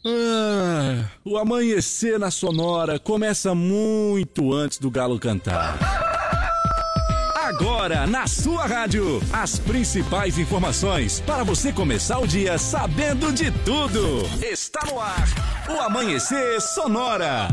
O amanhecer na Sonora começa muito antes do galo cantar. Agora, na sua rádio, as principais informações para você começar o dia sabendo de tudo. Está no ar, o Amanhecer Sonora.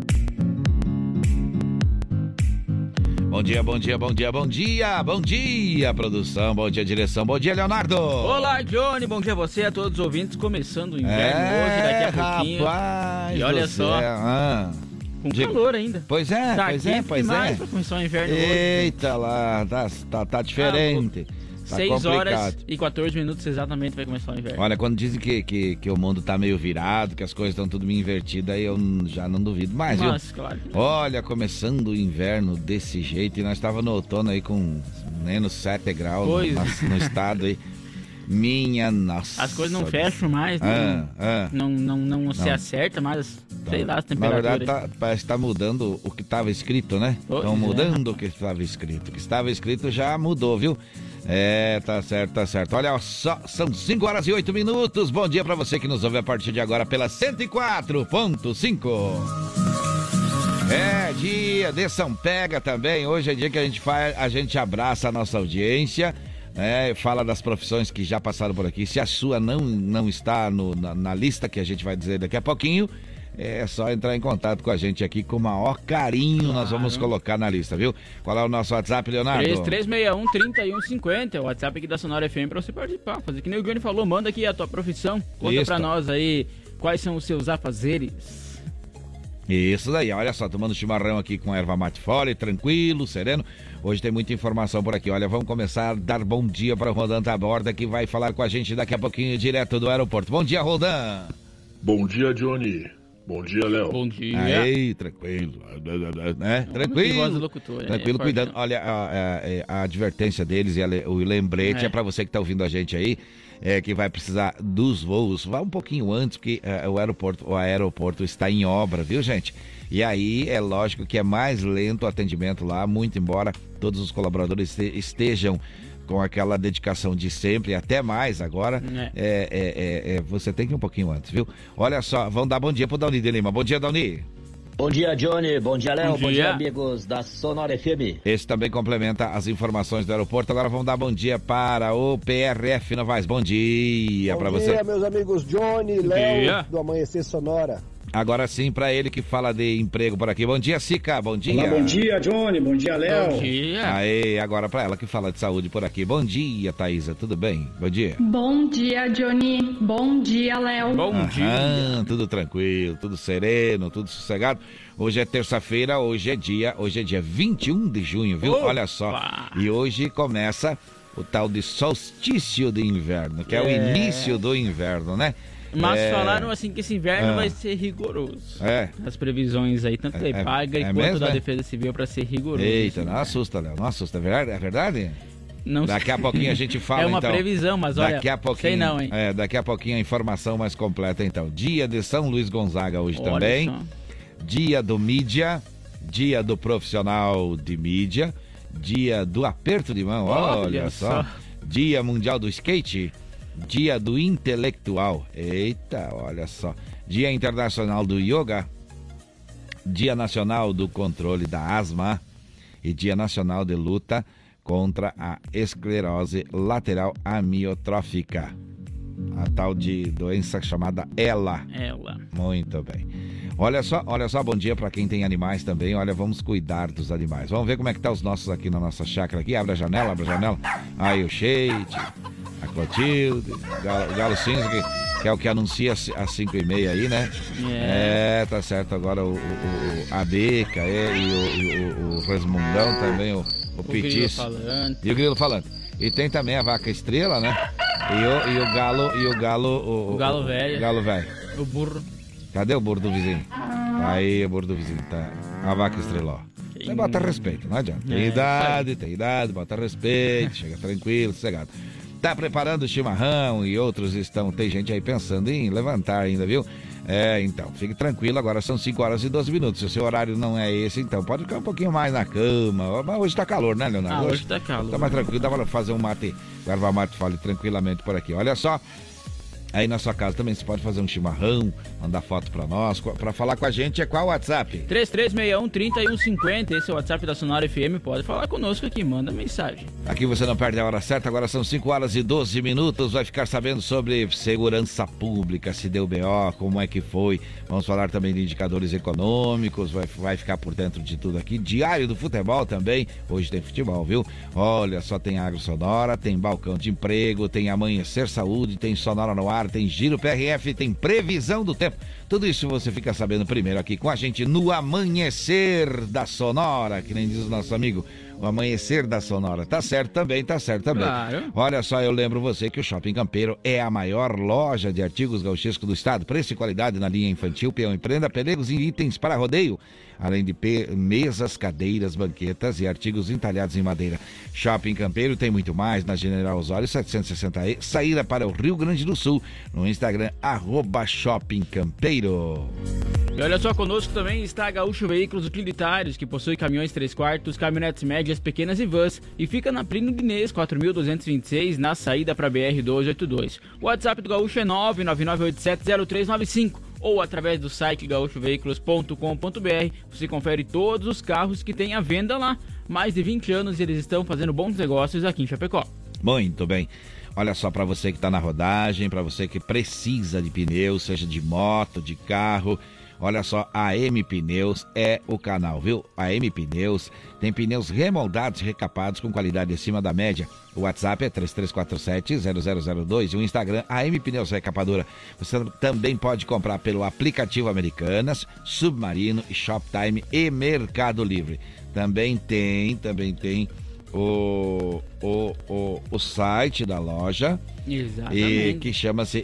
Bom dia, bom dia, bom dia, bom dia, bom dia, produção, bom dia, direção, bom dia, Leonardo. Olá, Johnny, bom dia a você, a todos os ouvintes, começando o inverno hoje, daqui a pouquinho. Rapaz, e olha só, com calor ainda. Pois é, pois é. Pra começar o inverno hoje. Eita lá, tá diferente. Tá 6 complicado. horas e 14 minutos exatamente vai começar o inverno. Olha, quando dizem que o mundo tá meio virado, que as coisas estão tudo meio invertidas, aí eu já não duvido mais, viu? Nossa, claro. Olha, começando o inverno desse jeito, e nós estávamos no outono aí com menos 7 graus no estado aí. Minha nossa. As coisas não fecham mais, não se acerta mais, sei lá, as temperaturas. Na verdade, parece que tá mudando o que estava escrito, né? Estão mudando o que estava escrito. O que estava escrito já mudou, viu? Tá certo. Olha só, são 5 horas e 8 minutos. Bom dia pra você que nos ouve a partir de agora pela 104.5. É dia de São Pega também. Hoje é dia que a gente abraça a nossa audiência, fala das profissões que já passaram por aqui. Se a sua não está na lista que a gente vai dizer daqui a pouquinho, é só entrar em contato com a gente aqui, com o maior carinho, claro. Nós vamos colocar na lista, viu? Qual é o nosso WhatsApp, Leonardo? 3361-3150, é o WhatsApp aqui da Sonora FM pra você participar. Fazer que nem o Johnny falou, manda aqui a tua profissão, conta pra nós aí quais são os seus afazeres. Isso daí, olha só, tomando chimarrão aqui com erva mate fole, tranquilo, sereno. Hoje tem muita informação por aqui. Olha, vamos começar a dar bom dia para o Rodan Taborda, que vai falar com a gente daqui a pouquinho, direto do aeroporto. Bom dia, Rodan! Bom dia, Johnny. Bom dia, Léo. Bom dia. Aí, tranquilo. Tranquilo, cuidando. Olha, a advertência deles e o lembrete é para você que tá ouvindo a gente aí, que vai precisar dos voos. Vá um pouquinho antes, porque o aeroporto está em obra, viu, gente? E aí é lógico que é mais lento o atendimento lá, muito embora todos os colaboradores estejam com aquela dedicação de sempre, até mais agora, você tem que ir um pouquinho antes, viu? Olha só, vamos dar bom dia pro Dauni de Lima. Bom dia, Dauni. Bom dia, Johnny. Bom dia, Léo. Bom dia, amigos da Sonora FM. Esse também complementa as informações do aeroporto. Agora vamos dar bom dia para o PRF Novaes. Bom dia para você. Bom dia, meus amigos Johnny, Léo, do Amanhecer Sonora. Agora sim, para ele que fala de emprego por aqui. Bom dia, Sica, bom dia. Olá, bom dia, Johnny, bom dia, Léo. Bom dia. Aí, agora para ela que fala de saúde por aqui. Bom dia, Thaísa, tudo bem? Bom dia. Bom dia, Johnny. Bom dia, Léo. Bom dia. Tudo tranquilo, tudo sereno, tudo sossegado. Hoje é terça-feira, hoje é dia 21 de junho, viu? Opa. Olha só. E hoje começa o tal de solstício de inverno, que é o início do inverno, né? Mas falaram assim que esse inverno vai ser rigoroso. As previsões aí, tanto da IPAGRE quanto mesmo, da Defesa Civil, para ser rigoroso. Eita, não assusta, Léo, não assusta. É verdade? Não daqui a pouquinho a gente fala, então. É uma previsão, mas olha, daqui a pouquinho, sei não, hein? Daqui a pouquinho a informação mais completa, então. Dia de São Luís Gonzaga hoje também. Só. Dia do mídia, dia do profissional de mídia, dia do aperto de mão, olha só. Dia mundial do skate. Dia do intelectual, eita, olha só. Dia internacional do yoga, dia nacional do controle da asma e dia nacional de luta contra a esclerose lateral amiotrófica, a tal de doença chamada ELA. Muito bem. Olha só, bom dia para quem tem animais também. Olha, vamos cuidar dos animais. Vamos ver como é que tá os nossos aqui na nossa chácara aqui. Abre a janela. Aí o Shade, a Clotilde, o Galo Cinza, que é o que anuncia às 5h30 aí, né? Tá certo. Agora a Beca e o Resmungão também, o Pitis. E o Grilo Falante. E tem também a Vaca Estrela, né? E o Galo... O Galo Velho. O burro. Cadê o burro do vizinho? Aí, o burro do vizinho, tá. A Vaca Estrela, ó. Você bota respeito, não adianta. Tem idade, bota respeito, chega tranquilo, sossegado. Tá preparando o chimarrão e outros tem gente aí pensando em levantar ainda, viu? Então, fique tranquilo, agora são 5 horas e 12 minutos. Se o seu horário não é esse, então pode ficar um pouquinho mais na cama. Mas hoje tá calor, né, Leonardo? Hoje tá calor. Tá mais tranquilo, dá pra fazer um mate, erva mate, fale tranquilamente por aqui. Olha só, aí na sua casa também você pode fazer um chimarrão, mandar foto pra nós. Pra falar com a gente é qual o WhatsApp? 3361-3150, esse é o WhatsApp da Sonora FM, pode falar conosco aqui, manda mensagem. Aqui você não perde a hora certa, agora são 5 horas e 12 minutos, vai ficar sabendo sobre segurança pública, se deu BO, como é que foi, vamos falar também de indicadores econômicos, vai ficar por dentro de tudo aqui, diário do futebol também, hoje tem futebol, viu? Olha, só tem Agro Sonora, tem balcão de emprego, tem Amanhecer Saúde, tem Sonora no Ar, tem Giro PRF, tem previsão do tempo, tudo isso você fica sabendo primeiro aqui com a gente no Amanhecer da Sonora, que nem diz o nosso amigo, o Amanhecer da Sonora. Tá certo também. Claro. Olha só, eu lembro você que o Shopping Campeiro é a maior loja de artigos gauchescos do estado. Preço e qualidade na linha infantil, peão e prenda, pelegos e itens para rodeio. Além de mesas, cadeiras, banquetas e artigos entalhados em madeira. Shopping Campeiro tem muito mais na General Osório 760E, saída para o Rio Grande do Sul. No Instagram, @Shopping Campeiro. E olha só, conosco também está a Gaúcho Veículos Utilitários, que possui caminhões 3/4, caminhonetes médias, pequenas e vans, e fica na Plínio Guinês, 4226, na saída para BR-282. O WhatsApp do Gaúcho é 999870395, ou através do site gaúchoveículos.com.br, você confere todos os carros que tem à venda lá. Mais de 20 anos e eles estão fazendo bons negócios aqui em Chapecó. Muito bem. Olha só, para você que está na rodagem, para você que precisa de pneus, seja de moto, de carro, olha só, a M Pneus é o canal, viu? A M Pneus tem pneus remoldados e recapados com qualidade acima da média. O WhatsApp é 3347-0002 e o Instagram, a M Pneus Recapadora. Você também pode comprar pelo aplicativo Americanas, Submarino, Shoptime e Mercado Livre. Também tem o site da loja. Exatamente. E que chama-se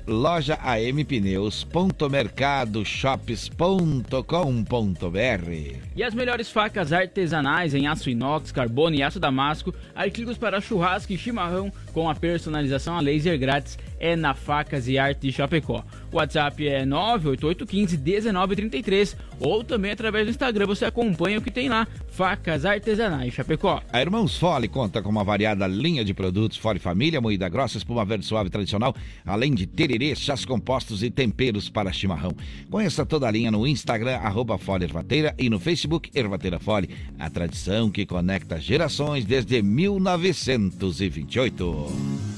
loja-ampneus.mercadoshops.com.br. E as melhores facas artesanais em aço inox, carbono e aço damasco, artigos para churrasco e chimarrão com a personalização a laser grátis é na Facas e Arte Chapecó. O WhatsApp é 98815-1933 ou também através do Instagram você acompanha o que tem lá, Facas Artesanais Chapecó. A Irmãos Fole conta com uma variada linha de produtos Fole Família, moída grossa, espuma verde suave tradicional, além de tererês, chás compostos e temperos para chimarrão. Conheça toda a linha no Instagram, @Fole Ervateira, e no Facebook Ervateira Fole, a tradição que conecta gerações desde 1928.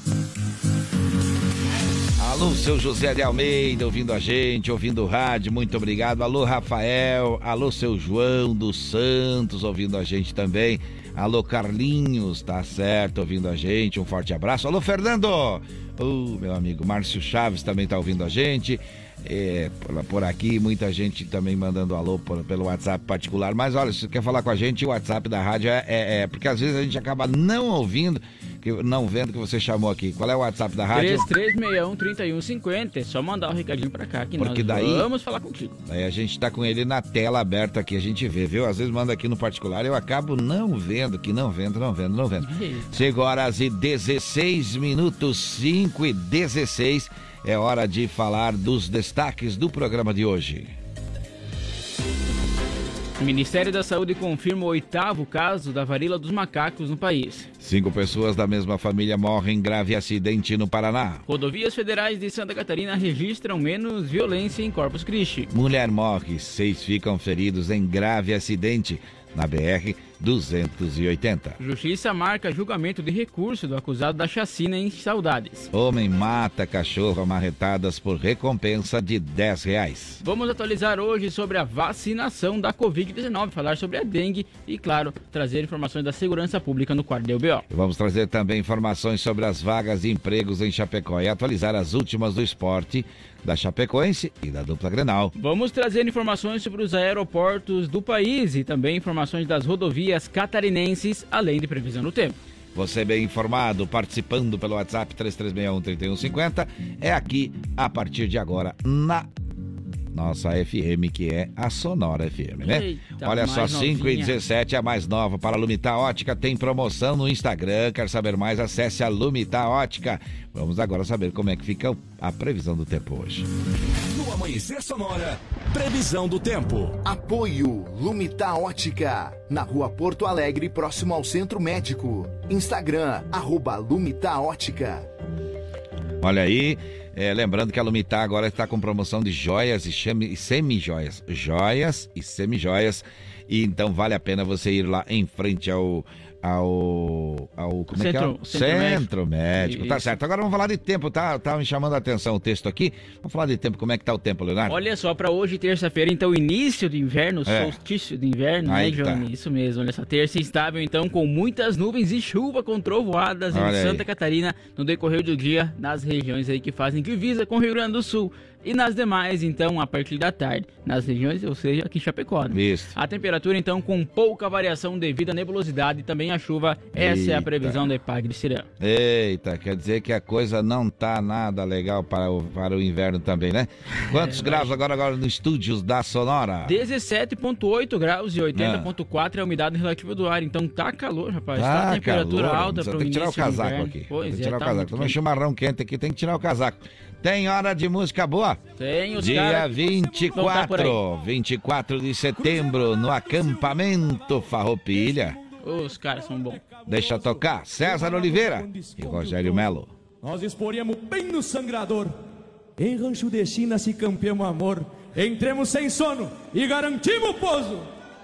Alô, seu José de Almeida, ouvindo a gente, ouvindo o rádio, muito obrigado. Alô, Rafael, alô, seu João dos Santos, ouvindo a gente também. Alô, Carlinhos, tá certo, ouvindo a gente, um forte abraço. Alô, Fernando, meu amigo Márcio Chaves também tá ouvindo a gente. Por aqui, muita gente também mandando alô pelo WhatsApp particular. Mas olha, se você quer falar com a gente, o WhatsApp da rádio porque às vezes a gente acaba não ouvindo, não vendo que você chamou aqui. Qual é o WhatsApp da rádio? 3361-3150. É só mandar um recadinho pra cá que porque nós vamos falar contigo. Daí a gente tá com ele na tela aberta aqui, a gente vê, viu? Às vezes manda aqui no particular, eu acabo não vendo. Eita. Chegou horas e 16 minutos, 5:16. É hora de falar dos destaques do programa de hoje. O Ministério da Saúde confirma o 8º caso da varíola dos macacos no país. 5 pessoas da mesma família morrem em grave acidente no Paraná. Rodovias federais de Santa Catarina registram menos violência em Corpus Christi. Mulher morre, 6 ficam feridos em grave acidente na BR-280. Justiça marca julgamento de recurso do acusado da chacina em Saudades. Homem mata cachorro a marretadas por recompensa de R$10. Vamos atualizar hoje sobre a vacinação da Covid-19, falar sobre a dengue e, claro, trazer informações da segurança pública no quadro do BO. Vamos trazer também informações sobre as vagas de empregos em Chapecó e atualizar as últimas do esporte da Chapecoense e da dupla Grenal. Vamos trazer informações sobre os aeroportos do país e também informações das rodovias catarinenses, além de previsão do tempo. Você bem informado, participando pelo WhatsApp 3361-3150, é aqui a partir de agora na nossa FM, que é a Sonora FM, né? Eita, olha só, novinha. 5:17, a mais nova para a Lumita Ótica, tem promoção no Instagram. Quer saber mais? Acesse a Lumita Ótica. Vamos agora saber como é que fica a previsão do tempo hoje. No Amanhecer Sonora, previsão do tempo. Apoio Lumita Ótica, na Rua Porto Alegre, próximo ao Centro Médico. Instagram, @Lumita Ótica. Olha aí, lembrando que a Lumitar agora está com promoção de joias e semi-joias. Joias e semi-joias. E então vale a pena você ir lá em frente ao como é que é? Centro Médico. Tá certo. Agora vamos falar de tempo, tá me chamando a atenção o texto aqui. Vamos falar de tempo, como é que tá o tempo, Leonardo? Olha só, pra hoje, terça-feira, então, início do inverno, solstício de inverno, aí, né, Johnny? Tá. Isso mesmo, olha só, terça instável, então, com muitas nuvens e chuva com trovoadas em Santa Catarina no decorrer do dia, nas regiões aí que fazem divisa com o Rio Grande do Sul. E nas demais, então, a partir da tarde, nas regiões, ou seja, aqui em Chapecó. Né? Isso. A temperatura, então, com pouca variação devido à nebulosidade e também à chuva. Essa é a previsão da EPAG de Cirão. Eita, quer dizer que a coisa não tá nada legal para o inverno também, né? Quantos graus agora nos estúdios da Sonora? 17,8 graus e 80,4 é a umidade relativa do ar. Então tá calor, rapaz. Tá a temperatura alta para o início do inverno. Tem que tirar o casaco aqui. Pois tem que tirar o tá casaco. Toma um chimarrão quente aqui, tem que tirar o casaco. Tem hora de música boa? Tem, os Dia 24 de setembro, no acampamento Farroupilha. Os caras são bons. Deixa tocar César Oliveira e Rogério Melo. Nós esporemos bem no sangrador. Em Rancho de China se campeamos amor. Entremos sem sono e garantimos o pouso.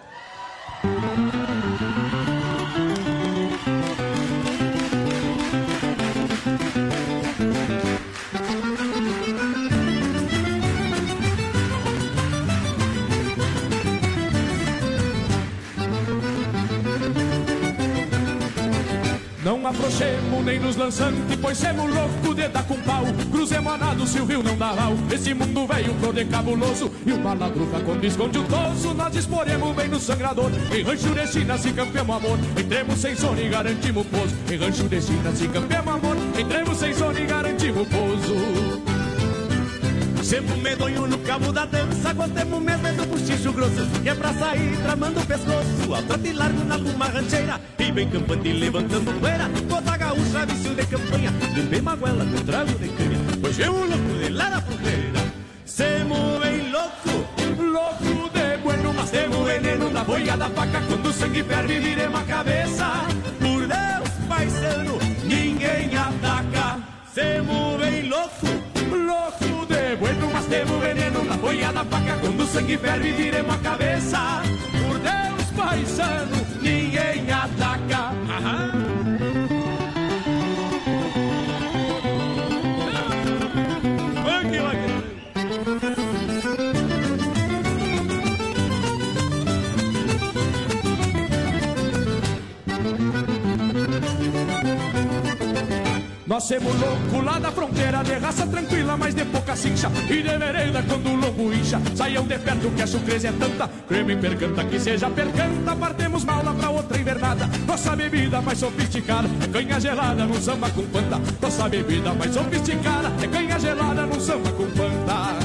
Não afrouxemos nem nos lançantes, pois semos louco de dar com pau. Cruzemos a nado se o rio não dá lau. Esse mundo veio pro de cabuloso e o malandruca quando esconde o toso. Nós esporemos bem no sangrador. Em Rancho de China se campeamos amor. Entremos sem sono e garantimos o pouso. Em Rancho de China se campeamos amor. Entremos sem sono e garantimos o pouso. Semos medonho no cabo da dança, gostemos mesmo do buchicho grosso, que é pra sair tramando o pescoço, ao trote largo na luma rancheira, e bem campante levantando poeira, bota gaúcha, vício de campanha, limpei maguela com trago de canha, pois eu louco de lá na fronteira. Semos bem louco, louco de bueno, mas temos veneno na boia da faca, quando o sangue ferve viremos a cabeça, por Deus, paisano, ninguém ataca. Semos bem louco, louco de bueno, mas temos veneno na boia da faca, quando o sangue ferve viremos a cabeça, por Deus, paisano, ninguém ataca. Nós semos louco lá da fronteira, de raça tranquila, mas de pouca cincha, e de vereda quando o lombo incha. Saiam de perto que a surpresa é tanta, creme percanta que seja percanta. Partemos mal lá pra outra invernada, nossa bebida mais sofisticada é canha gelada num samba com panta. Nossa bebida mais sofisticada é canha gelada num samba com panta.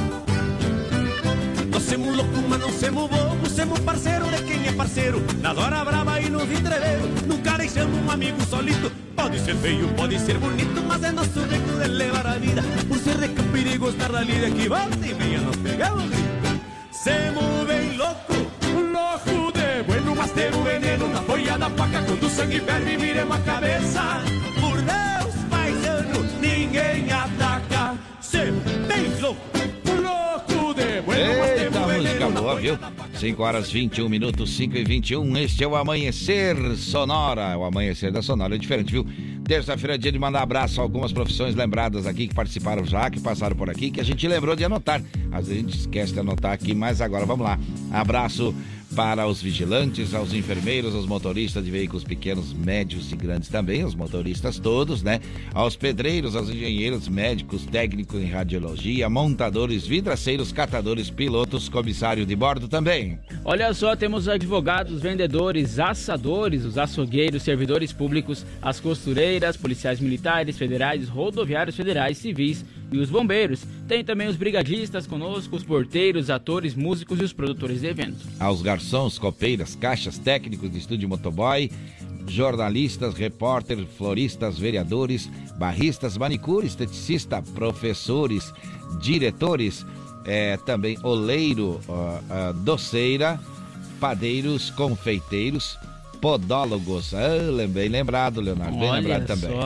Nós semos louco, mas não semos bobo, semos parceiro de quem é parceiro, nas horas brava e nos entreveiros, nunca deixamos um amigo solito. Pode ser feio, pode ser bonito, mas é nosso jeito de levar a vida, por ser de campo e gostar da lida, que volta e meia nós pegamos grito. Semos bem louco, louco de bueno, mas temos veneno na boia da faca, quando o sangue ferve viremos a cabeça, por Deus, paisano, ninguém ataca. Semos bem louco, louco de bueno, mas temos veneno na boia da faca. 5 horas 21 minutos, 5h21, este é o Amanhecer Sonora. O Amanhecer da Sonora é diferente, viu? Terça-feira é dia de mandar abraço a algumas profissões lembradas aqui, que participaram já, que passaram por aqui, que a gente lembrou de anotar. Às vezes a gente esquece de anotar aqui, mas agora vamos lá. Abraço para os vigilantes, aos enfermeiros, aos motoristas de veículos pequenos, médios e grandes também, os motoristas todos, né? Aos pedreiros, aos engenheiros, médicos, técnicos em radiologia, montadores, vidraceiros, catadores, pilotos, comissário de bordo também. Olha só, temos advogados, vendedores, assadores, os açougueiros, servidores públicos, as costureiras, policiais militares, federais, rodoviários federais, civis e os bombeiros. Tem também os brigadistas conosco, os porteiros, atores, músicos e os produtores de eventos. Aos garçons, copeiras, caixas, técnicos de estúdio motoboy, jornalistas, repórter, floristas, vereadores, barristas, manicure, esteticista, professores, diretores, também oleiro, doceira, padeiros, confeiteiros, podólogos. Bem lembrado, Leonardo, bem lembrado também. Só.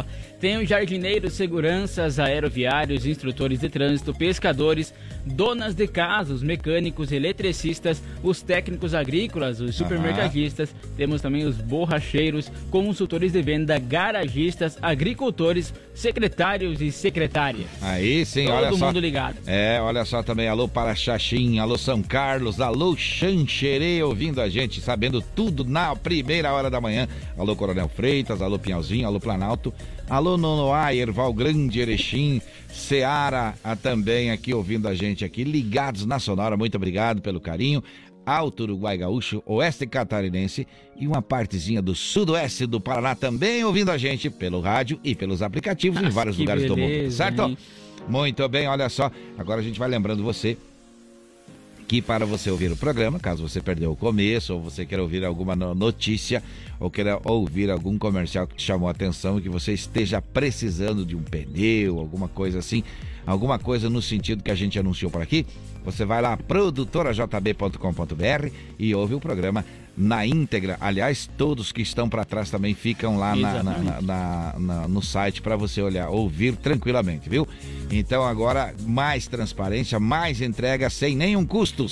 Tem os jardineiros, seguranças, aeroviários, instrutores de trânsito, pescadores, donas de casa, os mecânicos, eletricistas, os técnicos agrícolas, os supermercadistas. Temos também os borracheiros, consultores de venda, garagistas, agricultores, secretários e secretárias. Aí sim, olha só. Todo mundo ligado. Olha só também, alô Paraxaxim, alô São Carlos, alô Xanxerê, ouvindo a gente, sabendo tudo na primeira hora da manhã. Alô Coronel Freitas, alô Pinhalzinho, alô Planalto, alô Nonoá, Erval Grande, Erechim, Seara, também aqui ouvindo a gente aqui, ligados na Sonora, muito obrigado pelo carinho. Alto Uruguai Gaúcho, Oeste Catarinense e uma partezinha do Sudoeste do Paraná também ouvindo a gente pelo rádio e pelos aplicativos em vários lugares do mundo, certo? Hein? Muito bem, olha só, agora a gente vai lembrando você que para você ouvir o programa, caso você perdeu o começo ou você queira ouvir alguma notícia ou queira ouvir algum comercial que te chamou a atenção e que você esteja precisando de um pneu, alguma coisa assim, alguma coisa no sentido que a gente anunciou por aqui, você vai lá, produtorajb.com.br e ouve o programa na íntegra. Aliás, todos que estão para trás também ficam lá no site para você olhar, ouvir tranquilamente, viu? Então agora, mais transparência, mais entrega sem nenhum custo.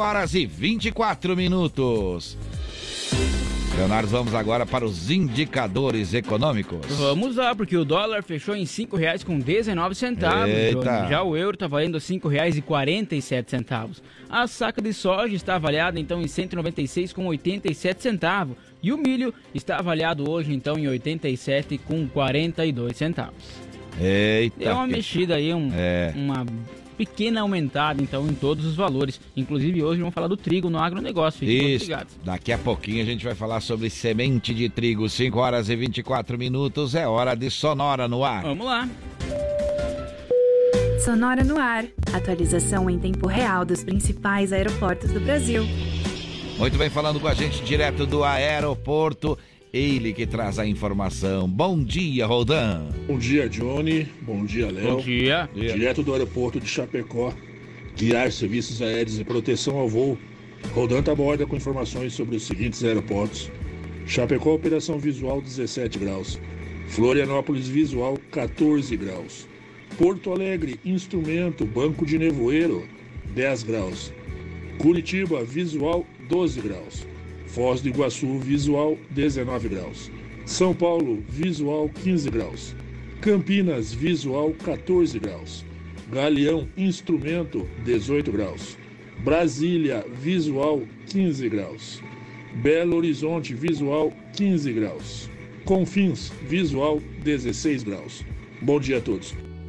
5h24. Leonardo, vamos agora para os indicadores econômicos. Vamos lá, porque o dólar fechou em R$ 5,19. Já o euro está valendo R$ 5,47. A saca de soja está avaliada então em R$ 196,87. E o milho está avaliado hoje então em R$ 87,42. Eita! Deu uma mexida aí, uma pequena aumentada então em todos os valores. Inclusive hoje vamos falar do trigo no agronegócio. Isso, daqui a pouquinho a gente vai falar sobre semente de trigo. 5h24, é hora de Sonora no ar. Vamos lá. Sonora no ar, atualização em tempo real dos principais aeroportos do Brasil. Muito bem, falando com a gente direto do aeroporto, ele que traz a informação. Bom dia, Roldan. Bom dia, Johnny. Bom dia, Léo. Bom dia. Direto do aeroporto de Chapecó, guiar serviços aéreos e proteção ao voo. Roldan aborda com informações sobre os seguintes aeroportos: Chapecó, operação visual 17 graus. Florianópolis, visual 14 graus. Porto Alegre, instrumento, banco de nevoeiro 10 graus. Curitiba, visual 12 graus. Foz do Iguaçu, visual 19 graus. São Paulo, visual 15 graus. Campinas, visual 14 graus. Galeão, instrumento 18 graus. Brasília, visual 15 graus. Belo Horizonte, visual 15 graus. Confins, visual 16 graus. Bom dia a todos.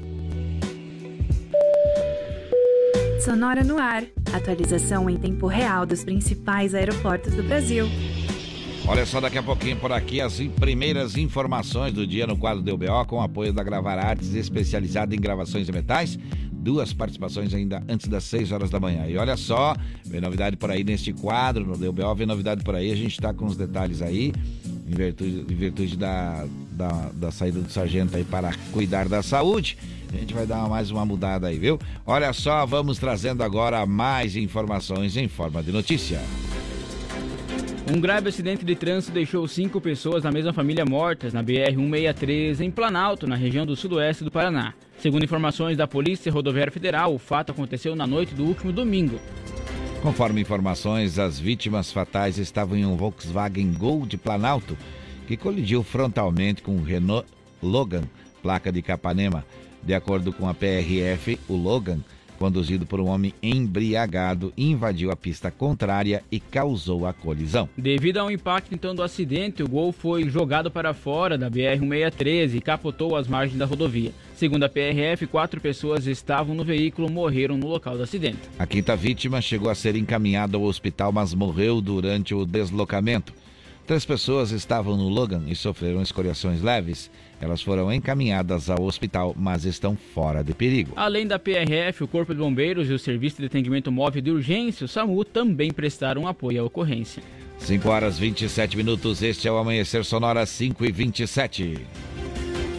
Sonora no ar, atualização em tempo real dos principais aeroportos do Brasil. Olha só, daqui a pouquinho por aqui as primeiras informações do dia no quadro do UBO, com o apoio da Gravar Artes, especializada em gravações de metais. 2 participações ainda antes das 6 horas da manhã. E olha só, vem novidade por aí neste quadro, no DUBO, vem novidade por aí, a gente está com os detalhes aí, em virtude da saída do sargento aí para cuidar da saúde. A gente vai dar mais uma mudada aí, viu? Olha só, vamos trazendo agora mais informações em forma de notícia. Um grave acidente de trânsito deixou 5 pessoas da mesma família mortas na BR-163 em Planalto, na região do sudoeste do Paraná. Segundo informações da Polícia Rodoviária Federal, o fato aconteceu na noite do último domingo. Conforme informações, as vítimas fatais estavam em um Volkswagen Gol de Planalto, que colidiu frontalmente com um Renault Logan, placa de Capanema. De acordo com a PRF, o Logan, conduzido por um homem embriagado, invadiu a pista contrária e causou a colisão. Devido ao impacto então do acidente, o Gol foi jogado para fora da BR-163 e capotou às margens da rodovia. Segundo a PRF, 4 pessoas estavam no veículo e morreram no local do acidente. A 5ª vítima chegou a ser encaminhada ao hospital, mas morreu durante o deslocamento. 3 pessoas estavam no Logan e sofreram escoriações leves. Elas foram encaminhadas ao hospital, mas estão fora de perigo. Além da PRF, o Corpo de Bombeiros e o Serviço de Atendimento Móvel de Urgência, o SAMU, também prestaram apoio à ocorrência. 5h27, este é o Amanhecer Sonora 5h27.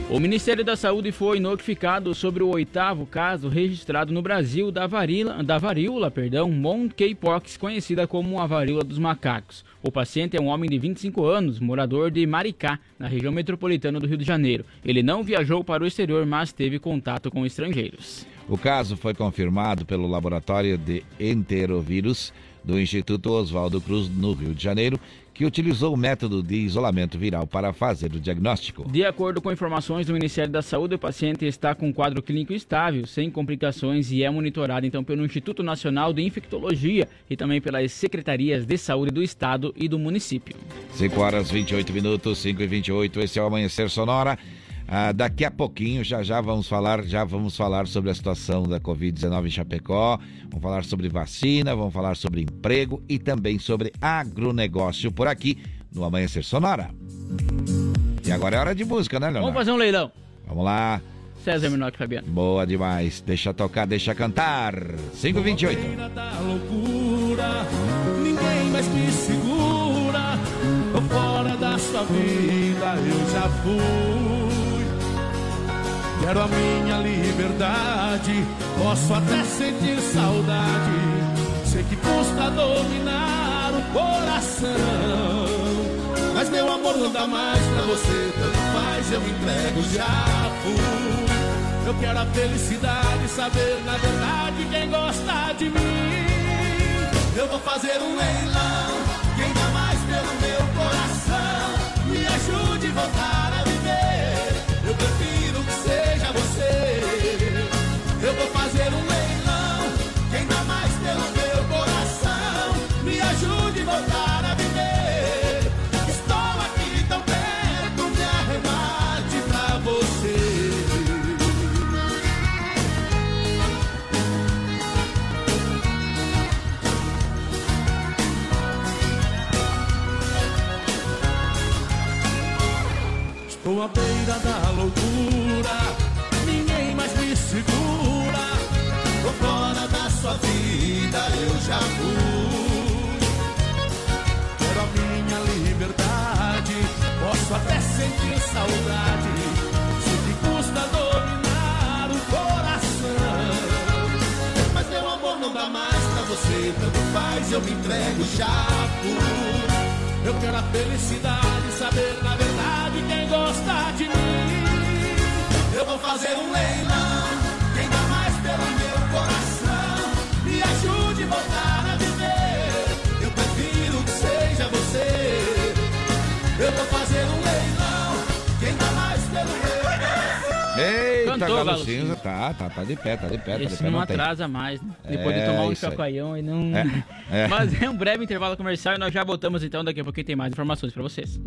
O Ministério da Saúde foi notificado sobre o 8º caso registrado no Brasil da varíola, monkeypox, conhecida como a varíola dos macacos. O paciente é um homem de 25 anos, morador de Maricá, na região metropolitana do Rio de Janeiro. Ele não viajou para o exterior, mas teve contato com estrangeiros. O caso foi confirmado pelo laboratório de enterovírus do Instituto Oswaldo Cruz, no Rio de Janeiro, que utilizou o método de isolamento viral para fazer o diagnóstico. De acordo com informações do Ministério da Saúde, o paciente está com um quadro clínico estável, sem complicações, e é monitorado então pelo Instituto Nacional de Infectologia e também pelas Secretarias de Saúde do Estado e do município. 5h28, 5h28, esse é o Amanhecer Sonora. Daqui a pouquinho, já vamos falar sobre a situação da Covid-19 em Chapecó, vamos falar sobre vacina, vamos falar sobre emprego e também sobre agronegócio por aqui no Amanhecer Sonora. E agora é hora de música, né, Leonardo? Vamos fazer um leilão. Vamos lá. César Minotti, Fabiano. Boa demais. Deixa tocar, deixa cantar. 5h28. Ninguém mais me segura. Tô fora da sua vida, eu já fui. Quero a minha liberdade, posso até sentir saudade. Sei que custa dominar o coração, mas meu amor não dá mais pra você. Tanto faz, eu me entrego, já fui. Eu quero a felicidade, saber na verdade quem gosta de mim. Eu vou fazer um leilão, quem dá mais pelo meu coração. Me ajude a voltar a viver, eu prefiro que seja você. Eu vou fazer um leilão, quem dá mais pelo meu coração. Me ajude a voltar a viver. Estou aqui tão perto, me arremate pra você. Estou à beira da loucura, ninguém mais me segura. Tô fora da sua vida, eu já fui. Quero a minha liberdade, posso até sentir saudade. Sei que custa dominar o coração, mas meu amor não dá mais pra você. Tanto faz, eu me entrego, já fui. Eu quero a felicidade, saber na verdade quem gosta de mim. Eu vou fazer um leilão, quem dá mais pelo meu coração. Me ajude a voltar a viver, eu prefiro que seja você. Eu vou fazer um leilão, quem dá mais pelo meu coração. Eita, Cantou, Galo Cinza, tá de pé. Esse não atrasa mais, né? Depois de tomar um chacoalhão e não... Mas é um breve intervalo comercial e nós já voltamos então, daqui a pouquinho tem mais informações pra vocês.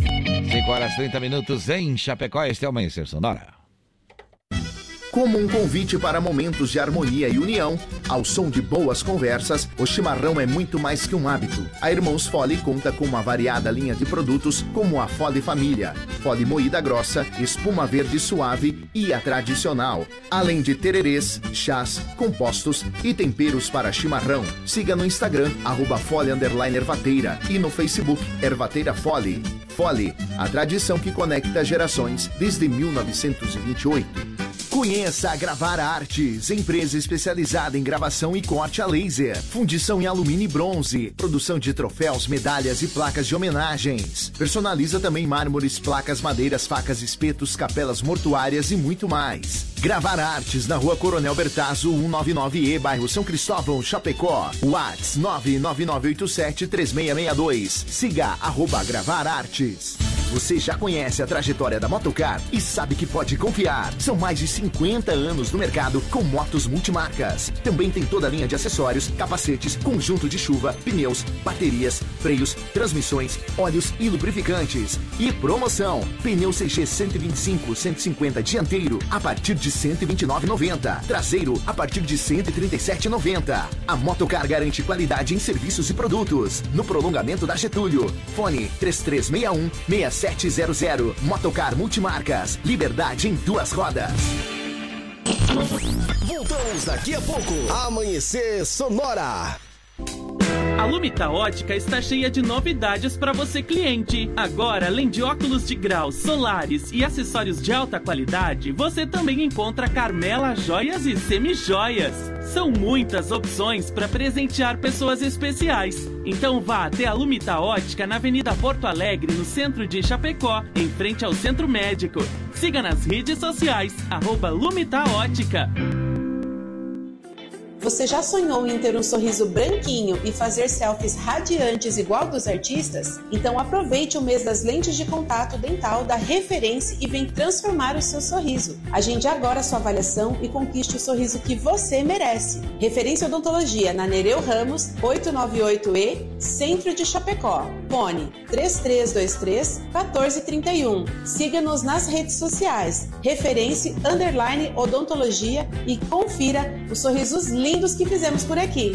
5h30 em Chapecó, este é o Amanhecer Sonora. Como um convite para momentos de harmonia e união, ao som de boas conversas, o chimarrão é muito mais que um hábito. A Irmãos Fole conta com uma variada linha de produtos como a Fole Família, Fole moída grossa, espuma verde suave e a tradicional, além de tererês, chás, compostos e temperos para chimarrão. Siga no Instagram, @Fole_Ervateira e no Facebook, Ervateira Fole. Fole, a tradição que conecta gerações desde 1928. Conheça a Gravar Artes, empresa especializada em gravação e corte a laser, fundição em alumínio e bronze, produção de troféus, medalhas e placas de homenagens. Personaliza também mármores, placas, madeiras, facas, espetos, capelas mortuárias e muito mais. Gravar Artes, na Rua Coronel Bertazzo, 199E, bairro São Cristóvão, Chapecó. Whats 999873662. Siga @Gravar Artes. Você já conhece a trajetória da Motocar e sabe que pode confiar. São mais de 50 anos no mercado com motos multimarcas. Também tem toda a linha de acessórios, capacetes, conjunto de chuva, pneus, baterias, freios, transmissões, óleos e lubrificantes. E promoção: pneu CG 125/150 dianteiro a partir de R$ 129,90. Traseiro a partir de R$ 137,90. A Motocar garante qualidade em serviços e produtos. No prolongamento da Getúlio. Fone 3361-6700. Motocar Multimarcas. Liberdade em duas rodas. Voltamos daqui a pouco. Amanhecer Sonora. A Lumita Ótica está cheia de novidades para você, cliente. Agora, além de óculos de grau, solares e acessórios de alta qualidade, você também encontra Carmela Joias e Semijoias. São muitas opções para presentear pessoas especiais. Então vá até a Lumita Ótica na Avenida Porto Alegre, no centro de Chapecó, em frente ao Centro Médico. Siga nas redes sociais, @Lumita Ótica. Você já sonhou em ter um sorriso branquinho e fazer selfies radiantes igual dos artistas? Então aproveite o mês das lentes de contato dental da Referência e vem transformar o seu sorriso. Agende agora sua avaliação e conquiste o sorriso que você merece. Referência Odontologia na Nereu Ramos, 898E, Centro de Chapecó. Fone 3323-1431. Siga-nos nas redes sociais. Referência_Odontologia e confira os sorrisos lindos que fizemos por aqui.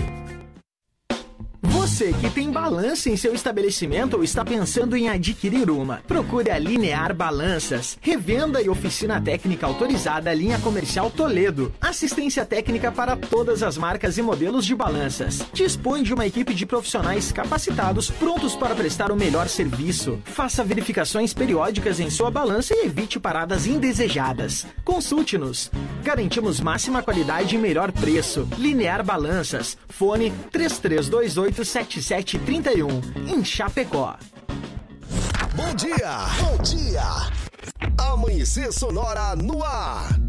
Você que tem balança em seu estabelecimento ou está pensando em adquirir uma, procure a Linear Balanças. Revenda e oficina técnica autorizada, linha comercial Toledo. Assistência técnica para todas as marcas e modelos de balanças. Dispõe de uma equipe de profissionais capacitados, prontos para prestar o melhor serviço. Faça verificações periódicas em sua balança e evite paradas indesejadas. Consulte-nos. Garantimos máxima qualidade e melhor preço. Linear Balanças. Fone 3328-7731, em Chapecó. Bom dia! Bom dia! Amanhecer Sonora no ar.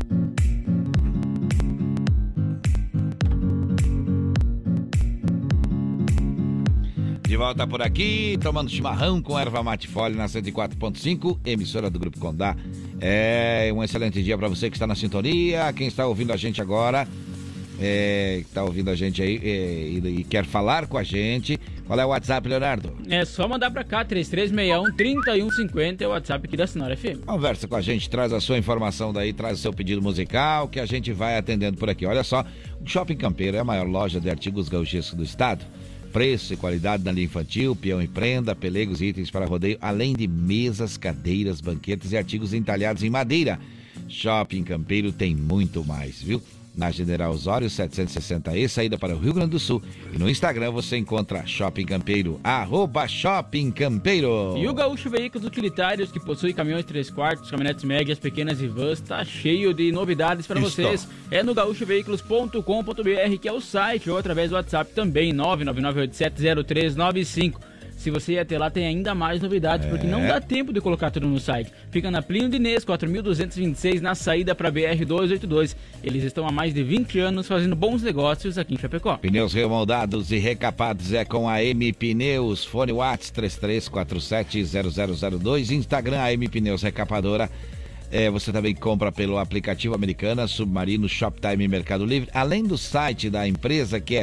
De volta por aqui, tomando chimarrão com erva mate fole na 104.5, emissora do Grupo Condá. É um excelente dia para você que está na sintonia, quem está ouvindo a gente agora, está ouvindo a gente aí e quer falar com a gente. Qual é o WhatsApp, Leonardo? É só mandar pra cá, 3361-3150, é o WhatsApp aqui da Sonora FM. Conversa com a gente, traz a sua informação daí, traz o seu pedido musical, que a gente vai atendendo por aqui. Olha só, o Shopping Campeiro é a maior loja de artigos gauchescos do estado. Preço e qualidade na linha infantil, peão e prenda, pelegos e itens para rodeio, além de mesas, cadeiras, banquetes e artigos entalhados em madeira. Shopping Campeiro tem muito mais, viu? Na General Osório 760E, saída para o Rio Grande do Sul. E no Instagram você encontra Shopping Campeiro, @Shopping Campeiro. E o Gaúcho Veículos Utilitários, que possui caminhões 3/4, caminhonetes médias, pequenas e vans, tá cheio de novidades para vocês. É no gaúchoveículos.com.br, que é o site, ou através do WhatsApp também, 999870395. Se você ir até lá, tem ainda mais novidades, porque não dá tempo de colocar tudo no site. Fica na Plínio de Inês, 4226, na saída para BR-282. Eles estão há mais de 20 anos fazendo bons negócios aqui em Chapecó. Pneus remoldados e recapados é com a M Pneus. Fone WhatsApp 33470002. Instagram AM Pneus Recapadora. Você também compra pelo aplicativo Americana, Submarino, Shoptime e Mercado Livre, além do site da empresa, que é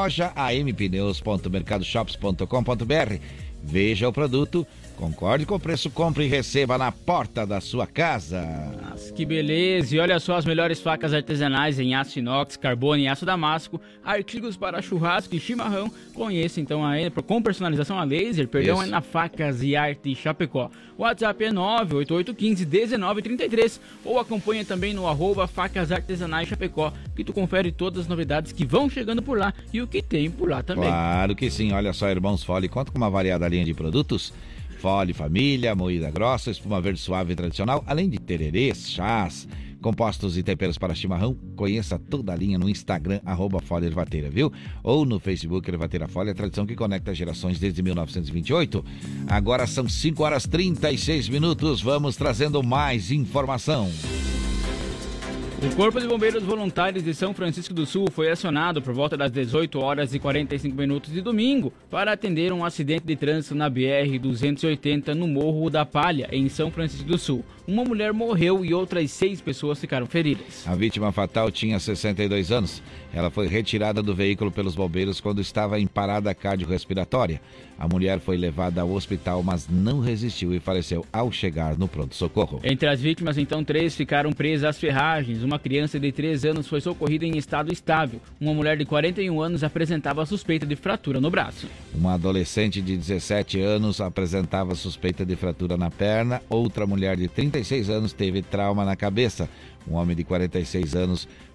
loja.ampneus.mercadoshops.com.br. Veja o produto, concorde com o preço, compre e receba na porta da sua casa. Nossa, que beleza! E olha só as melhores facas artesanais em aço inox, carbono e aço damasco, artigos para churrasco e chimarrão. Conheça então com personalização a laser, é na Facas e Arte Chapecó. O WhatsApp é 98815-1933 ou acompanha também no @Facas Artesanais Chapecó, que tu confere todas as novidades que vão chegando por lá e o que tem por lá também. Claro que sim, olha só, Irmãos Fole conta com uma variada linha de produtos. Fole Família, moída grossa, espuma verde suave e tradicional, além de tererês, chás, compostos e temperos para chimarrão. Conheça toda a linha no Instagram, @Fole Ervateira, viu? Ou no Facebook Ervateira Fole, a tradição que conecta gerações desde 1928. Agora são 5h36, vamos trazendo mais informação. O Corpo de Bombeiros Voluntários de São Francisco do Sul foi acionado por volta das 18h45 de domingo para atender um acidente de trânsito na BR-280 no Morro da Palha, em São Francisco do Sul. Uma mulher morreu e outras 6 pessoas ficaram feridas. A vítima fatal tinha 62 anos. Ela foi retirada do veículo pelos bombeiros quando estava em parada cardiorrespiratória. A mulher foi levada ao hospital, mas não resistiu e faleceu ao chegar no pronto-socorro. Entre as vítimas, então, 3 ficaram presas às ferragens. Uma criança de 3 anos foi socorrida em estado estável. Uma mulher de 41 anos apresentava suspeita de fratura no braço. Uma adolescente de 17 anos apresentava suspeita de fratura na perna. Outra mulher de 36 anos teve trauma na cabeça. Um homem de 46 anos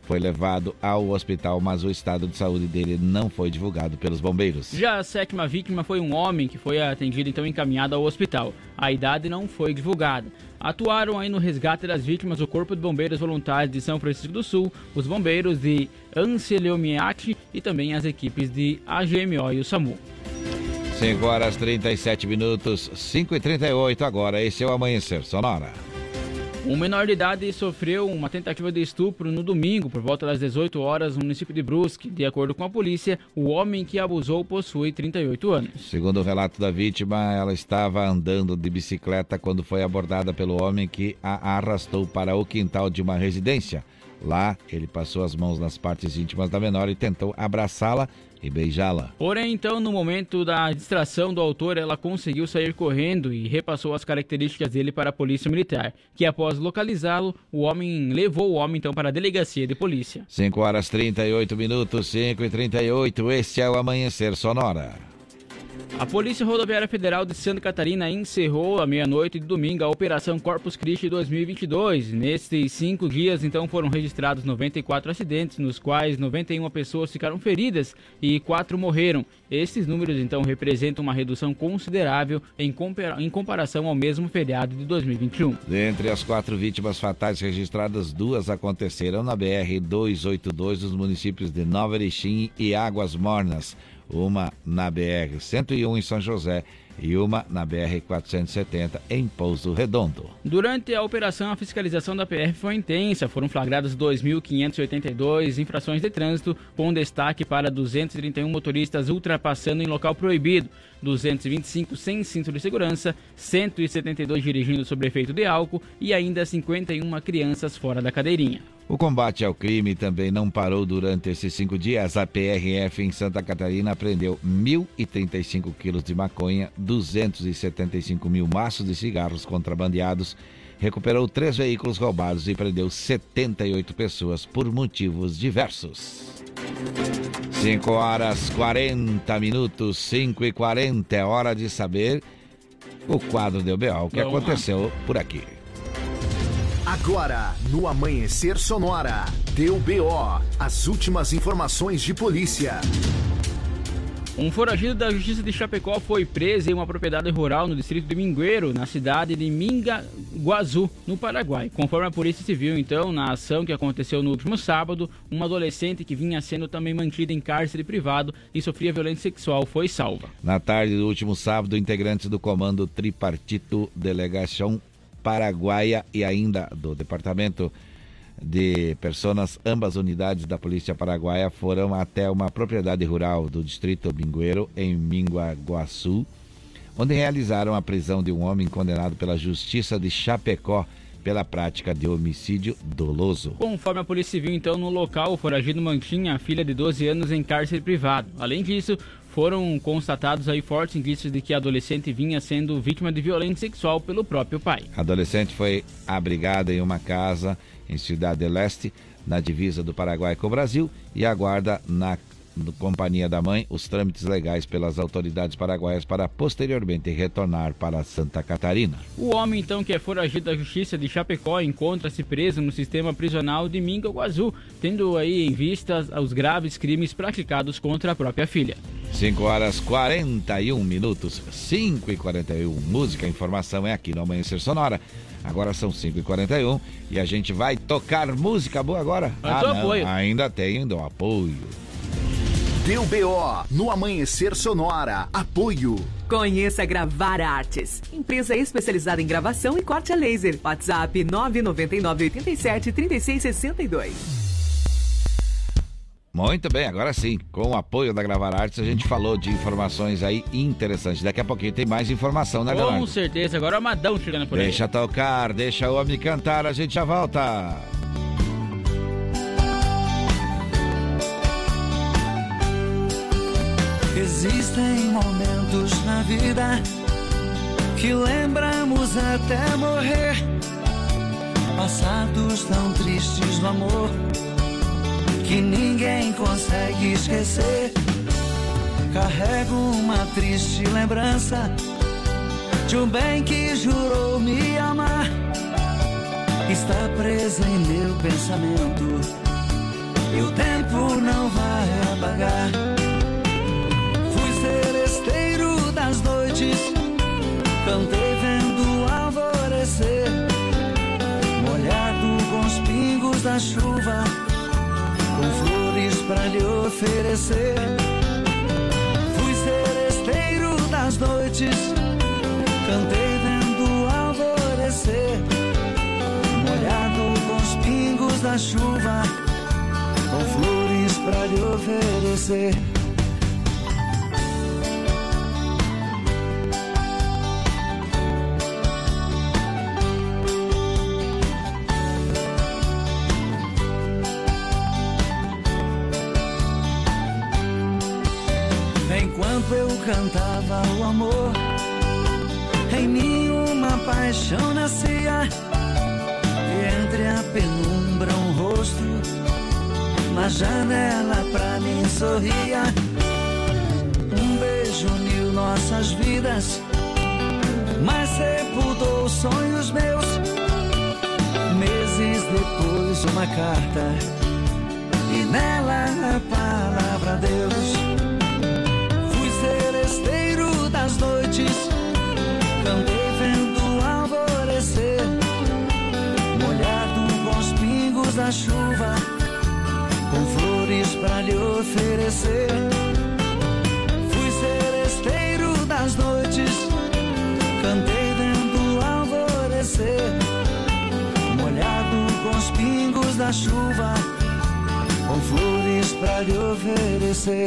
foi levado ao hospital, mas o estado de saúde dele não foi divulgado pelos bombeiros. Já a 7ª vítima foi um homem que foi atendido então encaminhado ao hospital. A idade não foi divulgada. Atuaram aí no resgate das vítimas o Corpo de Bombeiros Voluntários de São Francisco do Sul, os bombeiros de Anseliomiati e também as equipes de AGMO e o SAMU. 5 horas 37 minutos, 5h38 agora. Esse é o Amanhecer Sonora. Um menor de idade sofreu uma tentativa de estupro no domingo, por volta das 18 horas, no município de Brusque. De acordo com a polícia, o homem que abusou possui 38 anos. Segundo o relato da vítima, ela estava andando de bicicleta quando foi abordada pelo homem que a arrastou para o quintal de uma residência. Lá, ele passou as mãos nas partes íntimas da menor e tentou abraçá-la e beijá-la. Porém, então, no momento da distração do autor, ela conseguiu sair correndo e repassou as características dele para a polícia militar, que após localizá-lo, levou o homem então para a delegacia de polícia. 5 horas 38 minutos, 5h38, este é o Amanhecer Sonora. A Polícia Rodoviária Federal de Santa Catarina encerrou à meia-noite de domingo a Operação Corpus Christi 2022. Nesses 5 dias, então, foram registrados 94 acidentes, nos quais 91 pessoas ficaram feridas e 4 morreram. Esses números, então, representam uma redução considerável em comparação ao mesmo feriado de 2021. Dentre as 4 vítimas fatais registradas, 2 aconteceram na BR-282 dos municípios de Nova Erechim e Águas Mornas. Uma na BR-101 em São José e uma na BR-470 em Pouso Redondo. Durante a operação, a fiscalização da PF foi intensa. Foram flagradas 2.582 infrações de trânsito, com destaque para 231 motoristas ultrapassando em local proibido, 225 sem cinto de segurança, 172 dirigindo sob efeito de álcool e ainda 51 crianças fora da cadeirinha. O combate ao crime também não parou durante esses 5 dias. A PRF em Santa Catarina apreendeu 1.035 quilos de maconha, 275 mil maços de cigarros contrabandeados, recuperou 3 veículos roubados e prendeu 78 pessoas por motivos diversos. 5 horas 40 minutos, 5h40, é hora de saber o quadro de OBO, o que aconteceu por aqui. Agora, no Amanhecer Sonora, deu BO, as últimas informações de polícia. Um foragido da Justiça de Chapecó foi preso em uma propriedade rural no distrito de Mingueiro, na cidade de Mingaguaçu, no Paraguai. Conforme a Polícia Civil, então, na ação que aconteceu no último sábado, uma adolescente que vinha sendo também mantida em cárcere privado e sofria violência sexual foi salva. Na tarde do último sábado, integrantes do Comando Tripartito Delegação Paraguaia e ainda do Departamento de Personas, ambas unidades da Polícia Paraguaia, foram até uma propriedade rural do distrito Mingueiro, em Mingaguaçu, onde realizaram a prisão de um homem condenado pela Justiça de Chapecó pela prática de homicídio doloso. Conforme a Polícia Civil, então, no local, o foragido mantinha a filha de 12 anos em cárcere privado. Além disso, foram constatados aí fortes indícios de que a adolescente vinha sendo vítima de violência sexual pelo próprio pai. A adolescente foi abrigada em uma casa em Cidade del Este, na divisa do Paraguai com o Brasil, e aguarda na companhia da mãe os trâmites legais pelas autoridades paraguaias para posteriormente retornar para Santa Catarina. O homem, então, que é foragido da Justiça de Chapecó, encontra-se preso no sistema prisional de Mingaguaçu, tendo aí em vista os graves crimes praticados contra a própria filha. 5 horas 41 minutos, 5h41, música, informação é aqui no Amanhecer Sonora. Agora são 5h41 e a gente vai tocar música boa agora? Apoio. Ainda tem o apoio. Deu BO no Amanhecer Sonora. Apoio. Conheça Gravar Artes, empresa especializada em gravação e corte a laser. WhatsApp 999873662. Muito bem, agora sim, com o apoio da Gravar Artes, a gente falou de informações aí interessantes. Daqui a pouquinho tem mais informação, né, Leonardo? Com certeza, agora é o Amadão chegando por aí. Deixa tocar, deixa o homem cantar, a gente já volta. Existem momentos na vida que lembramos até morrer, passados tão tristes do amor que ninguém consegue esquecer. Carrego uma triste lembrança de um bem que jurou me amar. Está presa em meu pensamento e o tempo não vai apagar. Fui seresteiro das noites, cantei vendo o alvorecer, molhado com os pingos da chuva, com flores pra lhe oferecer. Fui seresteiro das noites, cantei vendo o alvorecer, molhado com os pingos da chuva, com flores pra lhe oferecer. Enquanto eu cantava o amor, em mim uma paixão nascia, e entre a penumbra um rosto na janela pra mim sorria. Um beijo uniu nossas vidas, mas sepultou sonhos meus. Meses depois uma carta, e nela a palavra Deus. Seresteiro das noites, cantei vendo o alvorecer, molhado com os pingos da chuva, com flores pra lhe oferecer. Fui seresteiro das noites, cantei vendo o alvorecer, molhado com os pingos da chuva, com flores pra lhe oferecer.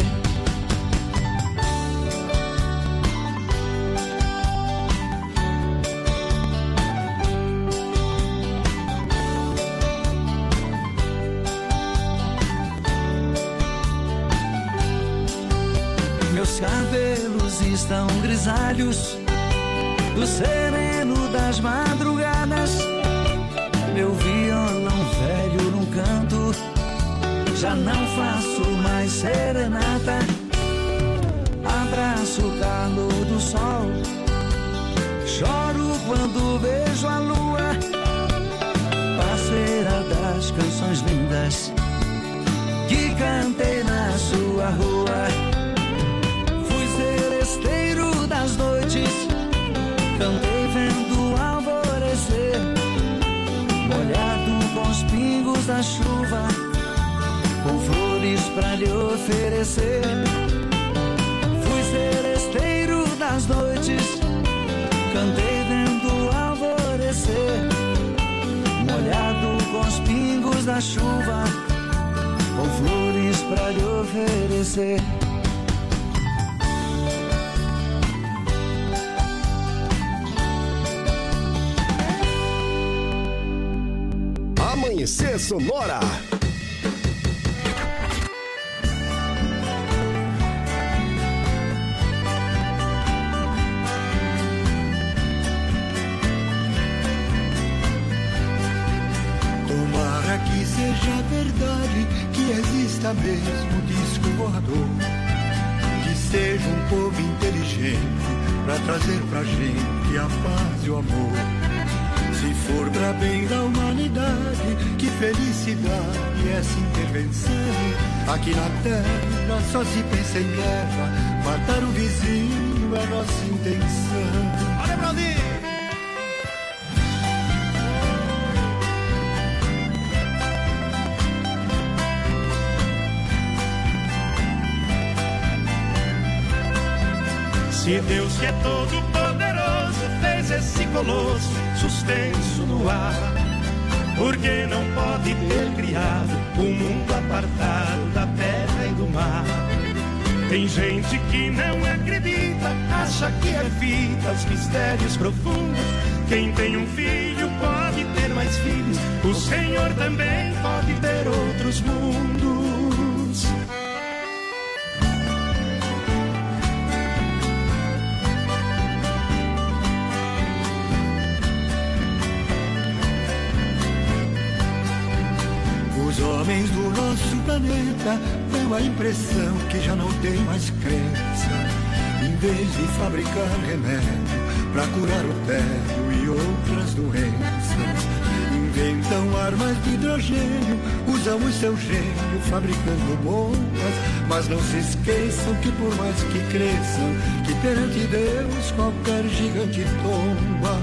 Meus cabelos estão grisalhos do sereno das madrugadas. Meu violão velho num canto, já não faço mais serenata. Abraço o calor do sol, choro quando vejo a lua, parceira das canções lindas que cantei na sua rua. Seresteiro das noites, cantei vendo o alvorecer, molhado com os pingos da chuva, com flores pra lhe oferecer. Fui seresteiro das noites, cantei vendo o alvorecer, molhado com os pingos da chuva, com flores pra lhe oferecer. Amanhecer Sonora. Tomara que seja verdade, que exista mesmo disco voador, que seja um povo inteligente pra trazer pra gente a paz e o amor. Se for pra bem da humanidade, que felicidade essa intervenção. Aqui na terra só se pensa em guerra, matar o vizinho é nossa intenção. Olha, Brasil! Se Deus que é todo poderoso fez esse colosso suspenso no ar, por que não pode ter criado um mundo apartado da terra e do mar? Tem gente que não acredita, acha que é fita, os mistérios profundos. Quem tem um filho pode ter mais filhos, o Senhor também pode ter outros mundos. Os homens do nosso planeta dão a impressão que já não tem mais crença. Em vez de fabricar remédio pra curar o tédio e outras doenças, Inventam armas de hidrogênio, usam o seu gênio fabricando bombas. Mas não se esqueçam que por mais que cresçam, que perante Deus qualquer gigante tomba.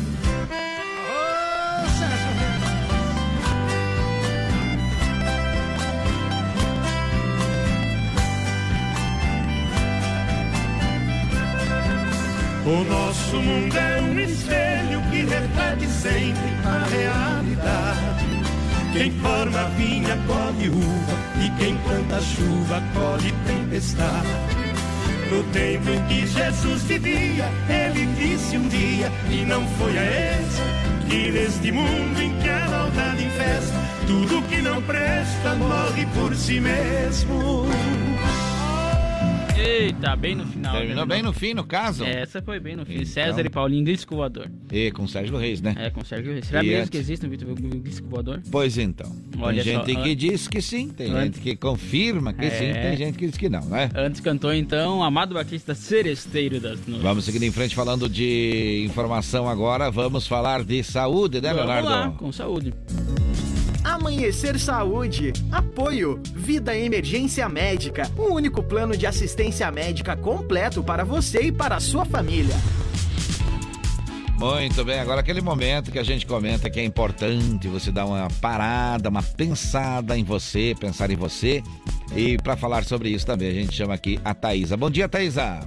O nosso mundo é um espelho que reflete sempre a realidade. Quem forma vinha colhe uva e quem planta chuva colhe tempestade. No tempo em que Jesus vivia, ele disse um dia, e não foi a essa, que neste mundo em que a maldade infesta, tudo que não presta morre por si mesmo. Eita, bem no final. Terminou bem no fim, no caso. Essa foi bem no fim. Então... César e Paulinho, disco voador. E com Sérgio Reis, né? É, com Sérgio Reis. Será mesmo que existe um disco voador? Pois então. Olha tem gente só, que diz que sim, tem gente que confirma que sim, tem gente que diz que não, né? Antes cantou, então, Amado Batista, Seresteiro das Noites. Vamos seguindo em frente falando de informação agora. Vamos falar de saúde, né, Leonardo? Vamos lá, com saúde. Amanhecer Saúde. Apoio. Vida Emergência Médica. O único plano de assistência médica completo para você e para a sua família. Muito bem, agora aquele momento que a gente comenta que é importante você dar uma parada, uma pensada em você, pensar em você. E para falar sobre isso também a gente chama aqui a Thaísa. Bom dia, Thaísa.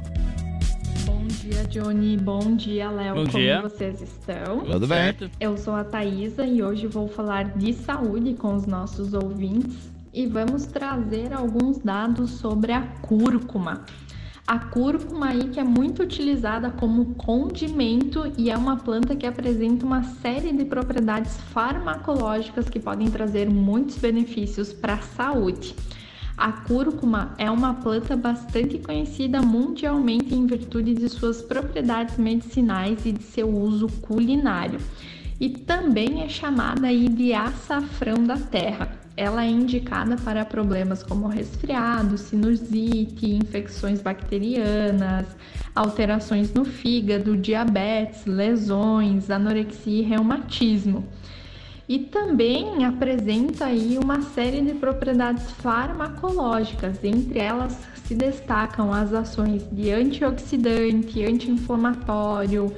Bom dia, Johnny. Bom dia, Léo. Bom dia. Como vocês estão? Tudo bem? Eu sou a Thaísa e hoje vou falar de saúde com os nossos ouvintes e vamos trazer alguns dados sobre a cúrcuma. A cúrcuma aí que é muito utilizada como condimento e é uma planta que apresenta uma série de propriedades farmacológicas que podem trazer muitos benefícios para a saúde. A cúrcuma é uma planta bastante conhecida mundialmente em virtude de suas propriedades medicinais e de seu uso culinário. E também é chamada aí de açafrão da terra. Ela é indicada para problemas como resfriado, sinusite, infecções bacterianas, alterações no fígado, diabetes, lesões, anorexia e reumatismo. E também apresenta aí uma série de propriedades farmacológicas, entre elas se destacam as ações de antioxidante, anti-inflamatório,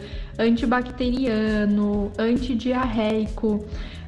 antibacteriano, antidiarreico,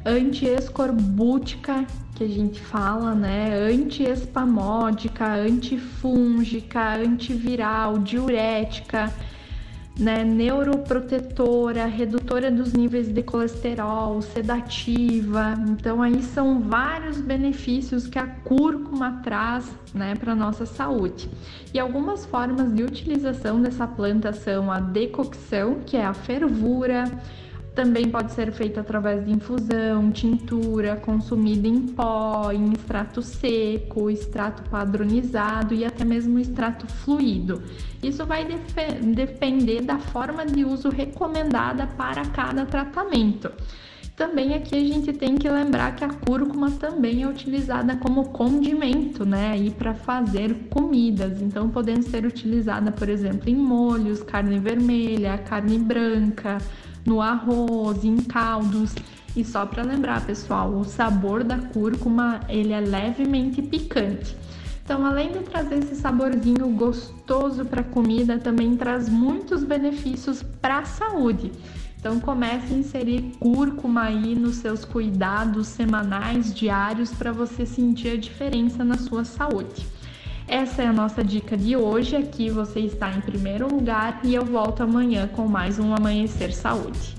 antiescorbútica, que a gente fala, né? Antiespamódica, antifúngica, antiviral, diurética, né, neuroprotetora, redutora dos níveis de colesterol, sedativa. Então aí são vários benefícios que a cúrcuma traz, né, para nossa saúde. E algumas formas de utilização dessa planta são a decocção, que é a fervura. Também pode ser feita através de infusão, tintura, consumida em pó, em extrato seco, extrato padronizado e até mesmo extrato fluido. Isso vai depender da forma de uso recomendada para cada tratamento. Também aqui a gente tem que lembrar que a cúrcuma também é utilizada como condimento, né, aí para fazer comidas. Então, podendo ser utilizada, por exemplo, em molhos, carne vermelha, carne branca, no arroz, em caldos. E só para lembrar, pessoal, o sabor da cúrcuma, ele é levemente picante. Então, além de trazer esse saborzinho gostoso para a comida, também traz muitos benefícios para a saúde. Então, comece a inserir cúrcuma aí nos seus cuidados semanais, diários, para você sentir a diferença na sua saúde. Essa é a nossa dica de hoje. Aqui você está em primeiro lugar e eu volto amanhã com mais um Amanhecer Saúde.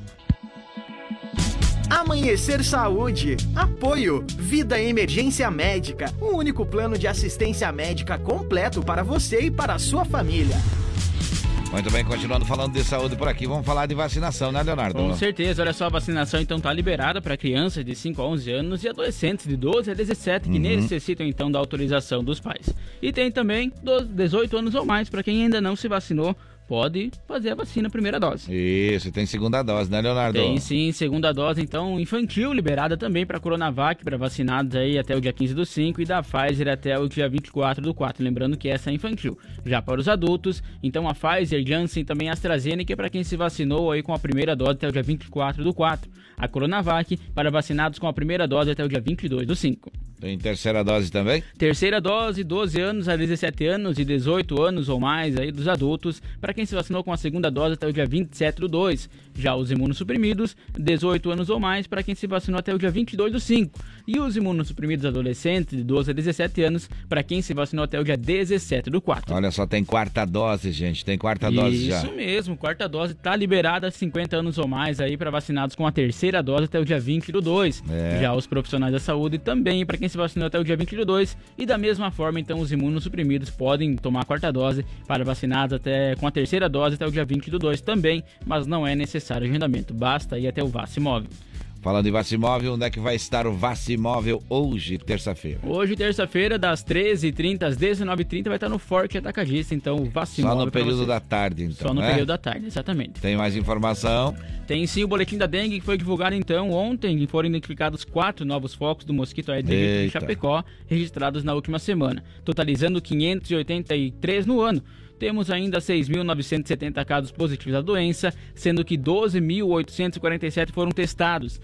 Amanhecer Saúde. Apoio. Vida Emergência Médica. O único plano de assistência médica completo para você e para a sua família. Muito bem, continuando falando de saúde por aqui, vamos falar de vacinação, né, Leonardo? Com certeza, olha só, a vacinação então tá liberada para crianças de 5 a 11 anos e adolescentes de 12 a 17 que necessitam então da autorização dos pais. E tem também dos 18 anos ou mais para quem ainda não se vacinou pode fazer a vacina primeira dose. Isso, tem segunda dose, né, Leonardo? Tem sim, segunda dose, então, infantil liberada também para Coronavac, para vacinados aí até o dia 15/5 e da Pfizer até o dia 24/4, lembrando que essa é infantil. Já para os adultos, então a Pfizer, Janssen, também AstraZeneca para quem se vacinou aí com a primeira dose até o dia 24/4. A Coronavac para vacinados com a primeira dose até o dia 22/5. Tem terceira dose também? Terceira dose, 12 anos a 17 anos e 18 anos ou mais aí dos adultos, para quem se vacinou com a segunda dose até o dia 27/2. Já os imunossuprimidos, 18 anos ou mais, para quem se vacinou até o dia 22/5. E os imunossuprimidos adolescentes, de 12 a 17 anos, para quem se vacinou até o dia 17/4. Olha só, tem quarta dose, gente, tem quarta dose já. Isso mesmo, quarta dose está liberada a 50 anos ou mais aí para vacinados com a terceira dose até o dia 20/2. Já os profissionais da saúde também, para quem se vacinou até o dia 20/2. E da mesma forma, então, os imunossuprimidos podem tomar a quarta dose para vacinados até com a terceira dose até o dia 20/2 também, mas não é necessário agendamento, basta ir até o Vacimóvel. Falando em Vacimóvel, onde é que vai estar o Vacimóvel hoje, terça-feira? Hoje, terça-feira, das 13h30 às 19h30, vai estar no Forte Atacadista, então o Vacimóvel. Só no período da tarde, então, Só no período da tarde, exatamente. Tem mais informação? Tem sim o boletim da dengue que foi divulgado então ontem, e foram identificados 4 novos focos do mosquito Aedes aegypti em Chapecó, registrados na última semana, totalizando 583 no ano. Temos ainda 6.970 casos positivos da doença, sendo que 12.847 foram testados,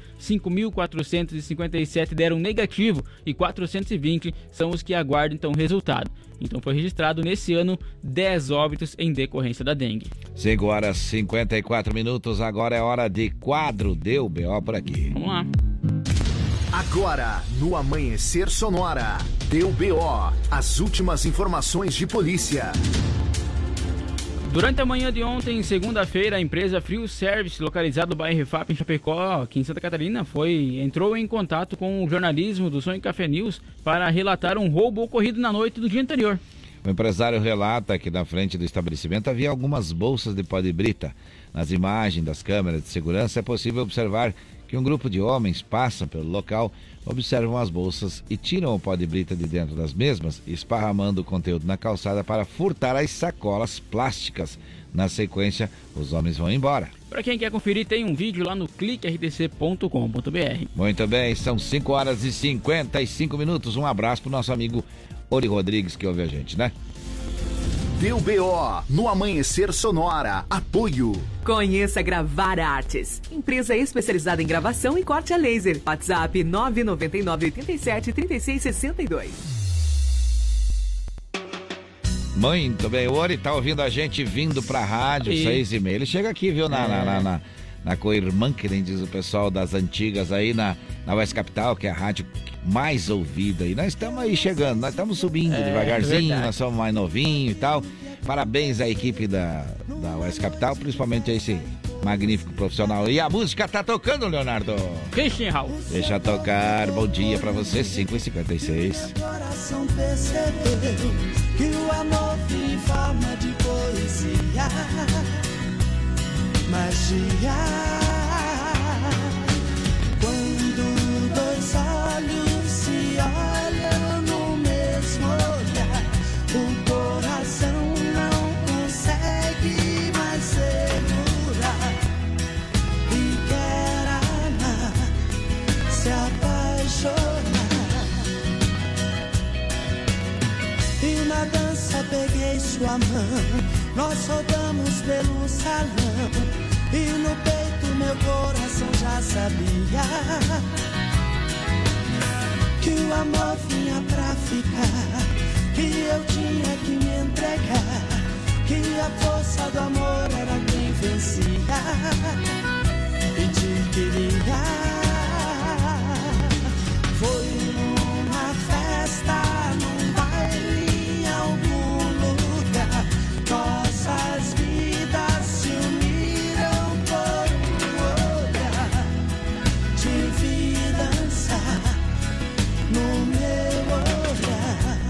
5.457 deram negativo e 420 são os que aguardam então o resultado. Então foi registrado nesse ano 10 óbitos em decorrência da dengue. 5 horas e 54 minutos, agora é hora de quadro Deu BO por aqui. Vamos lá. Agora, no Amanhecer Sonora, Deu BO, as últimas informações de polícia. Durante a manhã de ontem, segunda-feira, a empresa Frio Service, localizada no bairro Refap, em Chapecó, aqui em Santa Catarina, entrou em contato com o jornalismo do Sonho Café News para relatar um roubo ocorrido na noite do dia anterior. O empresário relata que na frente do estabelecimento havia algumas bolsas de pó de brita. Nas imagens das câmeras de segurança é possível observar que um grupo de homens passam pelo local, observam as bolsas e tiram o pó de brita de dentro das mesmas, esparramando o conteúdo na calçada para furtar as sacolas plásticas. Na sequência, os homens vão embora. Para quem quer conferir, tem um vídeo lá no cliquerdc.com.br. Muito bem, são 5 horas e 55 minutos. Um abraço pro nosso amigo Ori Rodrigues, que ouve a gente, né? Deu BO no Amanhecer Sonora. Apoio. Conheça Gravar Artes, empresa especializada em gravação e corte a laser. WhatsApp 999 87 36 62. Muito bem, o Ori tá ouvindo a gente vindo pra rádio, 6h30. Ele chega aqui, viu, na Coirmã, que nem diz o pessoal das antigas aí, na Oeste Capital, que é a rádio mais ouvida. E nós estamos aí chegando, nós estamos subindo devagarzinho, nós somos mais novinhos e tal. Parabéns à equipe da Oeste Capital, principalmente a esse magnífico profissional. E a música tá tocando, Leonardo? Deixa tocar, bom dia pra você, 5h56. Coração percebeu que o amor tem forma de poesia, magia. Quando dois olhos se olham no mesmo olhar, o coração não consegue mais segurar e quer amar, se apaixonar. E na dança peguei sua mão, nós rodamos pelo salão, e no peito meu coração já sabia que o amor vinha pra ficar, que eu tinha que me entregar, que a força do amor era quem vencia e te queria. Foi numa festa, num baile, em algum lugar, nossas vidas se uniram por um olhar. Te vi dançar no meu olhar.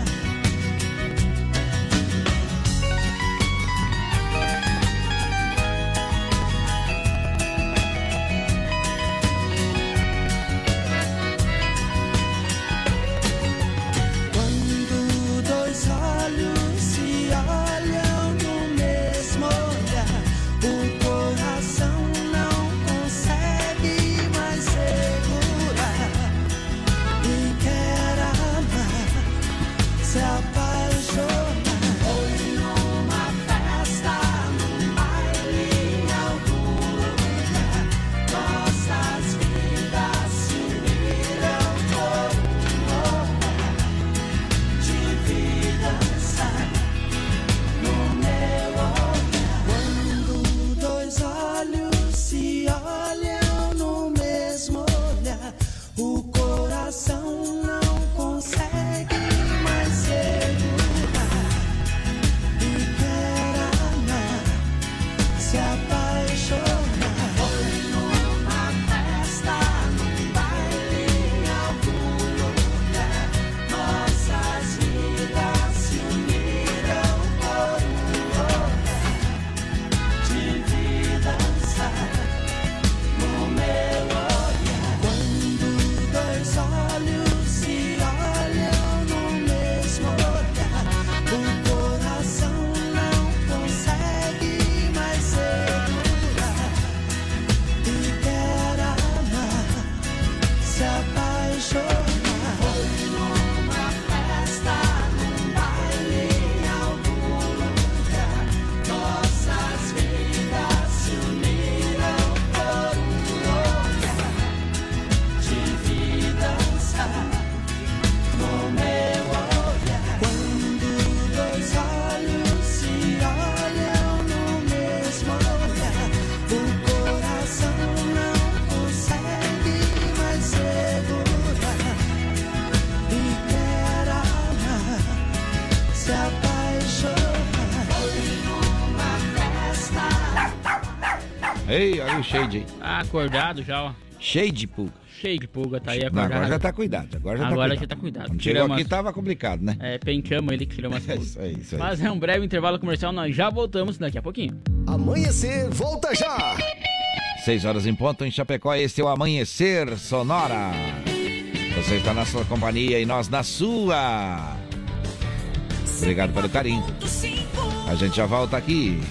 Ei, olha o Shade. Acordado já, ó. Cheio de pulga. Cheio de pulga, tá aí acordado. Não, agora já tá cuidado. Agora já tá cuidado. Quando chegou aqui tava complicado, né? Penteamos ele que tirou umas pulgas. Isso aí. Mas é um breve intervalo comercial, nós já voltamos daqui a pouquinho. Amanhecer, volta já! 6 horas em ponto em Chapecó, esse é o Amanhecer Sonora. Você está na sua companhia e nós na sua. Obrigado pelo carinho. A gente já volta aqui.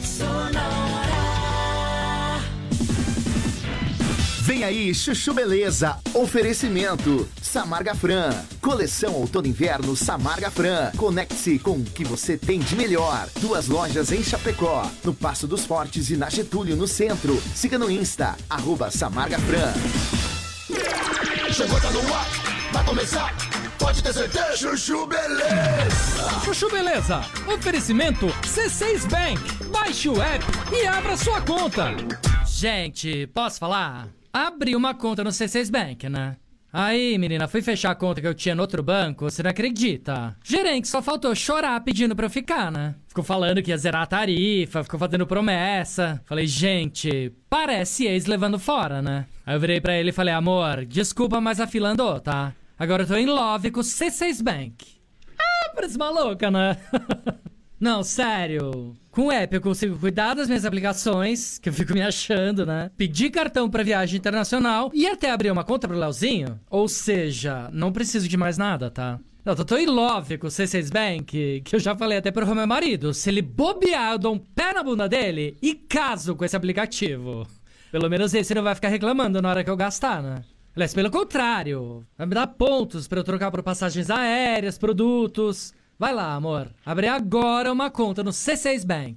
Vem aí, Chuchu Beleza. Oferecimento Samarga Fran. Coleção Outono Inverno Samarga Fran. Conecte-se com o que você tem de melhor. 2 lojas em Chapecó, no Passo dos Fortes e na Getúlio, no centro. Siga no Insta, @Samarga Fran. Chegou, tá no ar, vai começar. Pode ter certeza. Chuchu Beleza. Chuchu Beleza. Oferecimento C6 Bank. Baixe o app e abra sua conta. Gente, posso falar? Abri uma conta no C6 Bank, né? Aí, menina, fui fechar a conta que eu tinha no outro banco, você não acredita? Gerente só faltou chorar pedindo pra eu ficar, né? Ficou falando que ia zerar a tarifa, ficou fazendo promessa. Falei, gente, parece ex levando fora, né? Aí eu virei pra ele e falei, amor, desculpa, mas a fila andou, tá? Agora eu tô em love com o C6 Bank. Parece maluca, né? Não, sério. Com o app eu consigo cuidar das minhas aplicações, que eu fico me achando, né? Pedir cartão pra viagem internacional e até abrir uma conta pro Leozinho. Ou seja, não preciso de mais nada, tá? Não, eu tô em love com o C6 Bank, que eu já falei até pro meu marido. Se ele bobear, eu dou um pé na bunda dele e caso com esse aplicativo. Pelo menos esse não vai ficar reclamando na hora que eu gastar, né? Aliás, pelo contrário, vai me dar pontos pra eu trocar por passagens aéreas, produtos. Vai lá, amor. Abre agora uma conta no C6 Bank.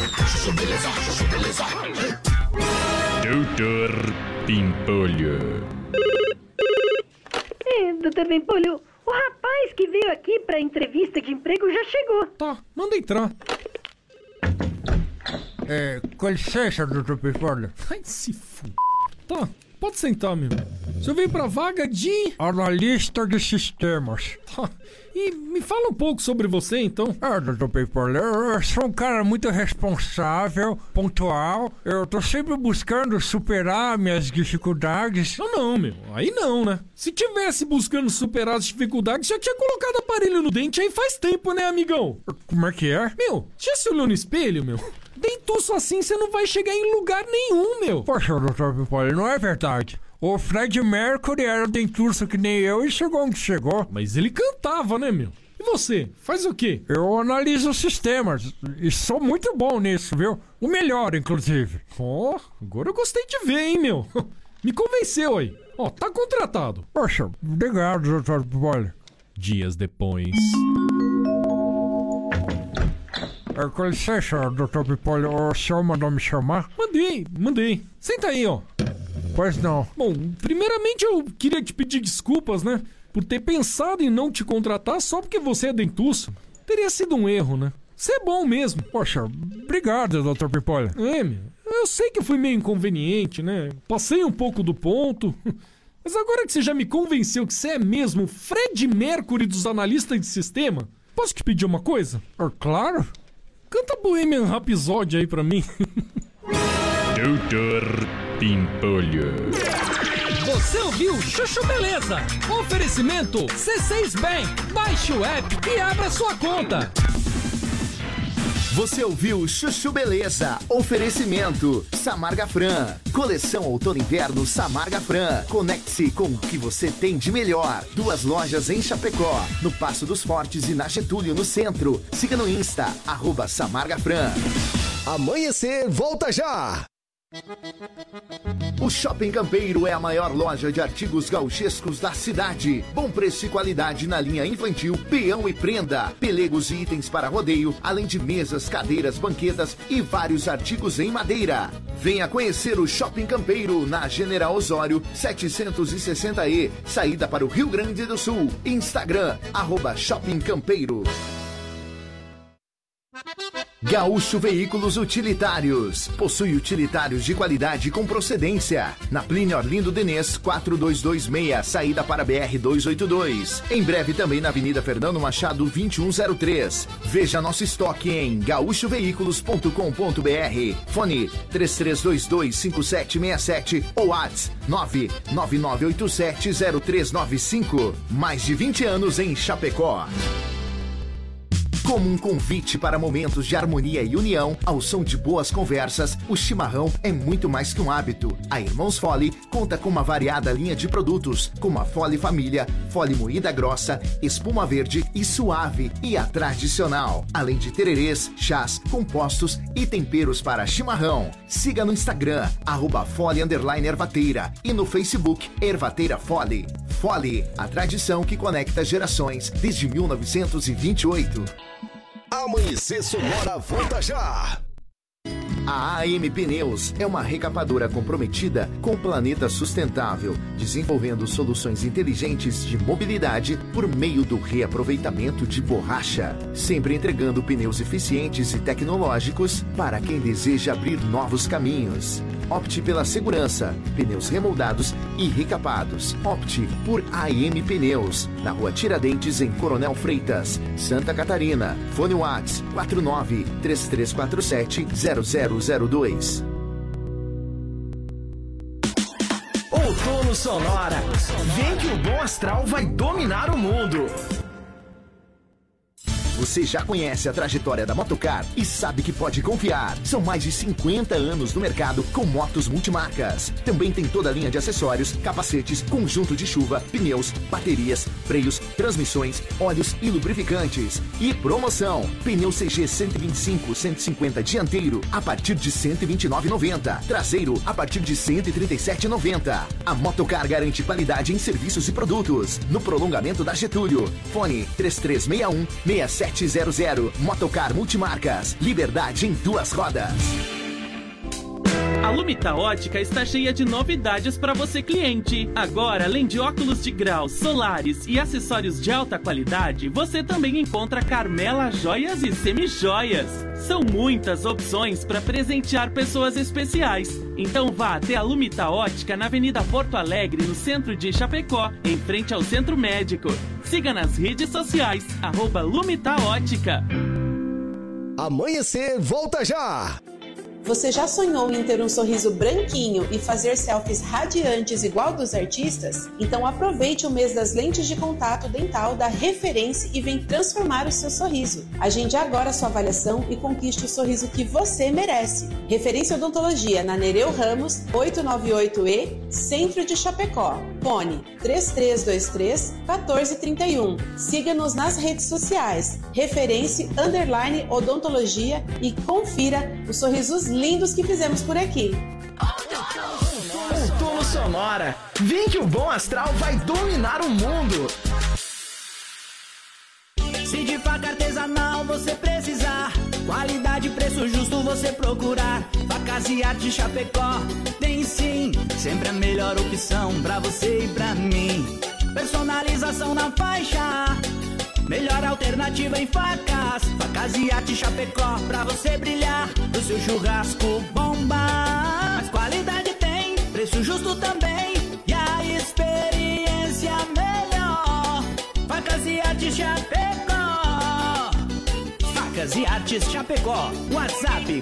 Doutor Pimpolho. Doutor Pimpolho, o rapaz que veio aqui pra entrevista de emprego já chegou. Tá, manda entrar. Com licença, doutor Pimpolho. Ai, se f... Tá, pode sentar, meu. Você veio pra vaga de... analista de sistemas. Tá. E me fala um pouco sobre você, então. Doutor Pimpolho, eu sou um cara muito responsável, pontual. Eu tô sempre buscando superar minhas dificuldades. Não, meu. Aí não, né? Se tivesse buscando superar as dificuldades, já tinha colocado aparelho no dente aí faz tempo, né, amigão? Como é que é? Meu, já se olhou no espelho, meu? Dentuço assim, você não vai chegar em lugar nenhum, meu. Poxa, doutor Pimpolho, não é verdade. O Fred Mercury era dentuço que nem eu e chegou onde chegou. Mas ele cantava, né, meu? E você? Faz o quê? Eu analiso sistemas e sou muito bom nisso, viu? O melhor, inclusive. Agora eu gostei de ver, hein, meu? Me convenceu aí. Tá contratado. Poxa, obrigado, doutor Pimpolho. Dias depois... Com licença, doutor Pimpolho, o senhor mandou me chamar? Mandei. Senta aí, ó. Pois não. Bom, primeiramente eu queria te pedir desculpas, né? Por ter pensado em não te contratar só porque você é dentuço. Teria sido um erro, né? Você é bom mesmo. Poxa, obrigado, doutor Pimpolho. Meu, eu sei que eu fui meio inconveniente, né? Passei um pouco do ponto. Mas agora que você já me convenceu que você é mesmo o Fred Mercury dos analistas de sistema, posso te pedir uma coisa? Claro. Canta Bohemian Rhapsody aí pra mim. Doutor Pimpolho. Você ouviu Chuchu Beleza? Oferecimento C6 Bank. Baixe o app e abra sua conta. Você ouviu Chuchu Beleza? Oferecimento Samarga Fran. Coleção Outono Inverno Samarga Fran. Conecte-se com o que você tem de melhor. 2 lojas em Chapecó, no Passo dos Fortes e na Getúlio, no centro. Siga no Insta, @Samarga Fran. Amanhecer, volta já! O Shopping Campeiro é a maior loja de artigos gauchescos da cidade. Bom preço e qualidade na linha infantil, peão e prenda, pelegos e itens para rodeio, além de mesas, cadeiras, banquetas e vários artigos em madeira. Venha conhecer o Shopping Campeiro na General Osório 760E, saída para o Rio Grande do Sul. Instagram, @Shopping Campeiro. Gaúcho Veículos Utilitários. Possui utilitários de qualidade com procedência. Na Plínio Orlindo Denês, 4226, saída para BR-282. Em breve também na Avenida Fernando Machado, 2103. Veja nosso estoque em gaúchoveículos.com.br. Fone 33225767 ou WhatsApp 999870395. Mais de 20 anos em Chapecó. Como um convite para momentos de harmonia e união, ao som de boas conversas, o chimarrão é muito mais que um hábito. A Irmãos Fole conta com uma variada linha de produtos, como a Fole Família, Fole moída grossa, espuma verde e suave e a tradicional. Além de tererês, chás, compostos e temperos para chimarrão. Siga no Instagram, @Fole_Ervateira e no Facebook, Ervateira Fole. Fole, a tradição que conecta gerações desde 1928. Amanhecer Sonora volta já! A AM Pneus é uma recapadora comprometida com o planeta sustentável, desenvolvendo soluções inteligentes de mobilidade por meio do reaproveitamento de borracha, sempre entregando pneus eficientes e tecnológicos para quem deseja abrir novos caminhos. Opte pela segurança, pneus remoldados e recapados. Opte por AM Pneus, na Rua Tiradentes, em Coronel Freitas, Santa Catarina. Fone Whats 49-3347-0002. Outono Sonora. Vem que o bom astral vai dominar o mundo. Você já conhece a trajetória da Motocar e sabe que pode confiar. São mais de 50 anos no mercado com motos multimarcas. Também tem toda a linha de acessórios, capacetes, conjunto de chuva, pneus, baterias, freios, transmissões, óleos e lubrificantes. E promoção: pneu CG 125/150 dianteiro a partir de R$ 129,90. Traseiro a partir de R$ 137,90. A Motocar garante qualidade em serviços e produtos. No prolongamento da Getúlio. Fone 3361-6700. Motocar Multimarcas. Liberdade em duas rodas. A Lumita Ótica está cheia de novidades para você, cliente. Agora, além de óculos de grau, solares e acessórios de alta qualidade, você também encontra Carmela Joias e Semijoias. São muitas opções para presentear pessoas especiais. Então vá até a Lumita Ótica na Avenida Porto Alegre, no centro de Chapecó, em frente ao Centro Médico. Siga nas redes sociais, @Lumita Ótica. Amanhecer volta já! Você já sonhou em ter um sorriso branquinho e fazer selfies radiantes igual dos artistas? Então aproveite o mês das lentes de contato dental da Referência e vem transformar o seu sorriso. Agende agora a sua avaliação e conquiste o sorriso que você merece. Referência Odontologia na Nereu Ramos, 898E, Centro de Chapecó. Fone 3323-1431. Siga-nos nas redes sociais, Referência_Odontologia e confira os sorrisos lindos que fizemos por aqui. Outono Sonora. Vem que o bom astral vai dominar o mundo. Se de faca artesanal você precisar, qualidade e preço justo você procurar. Facas e Arte Chapecó tem sim, sempre a melhor opção pra você e pra mim. Personalização na faixa, melhor alternativa em facas. Facas e Arte Chapecó, pra você brilhar, pro seu churrasco bombar. Mas qualidade tem, preço justo também, e a experiência melhor. Facas e Arte Chapecó. Facas e Artes Chapecó. WhatsApp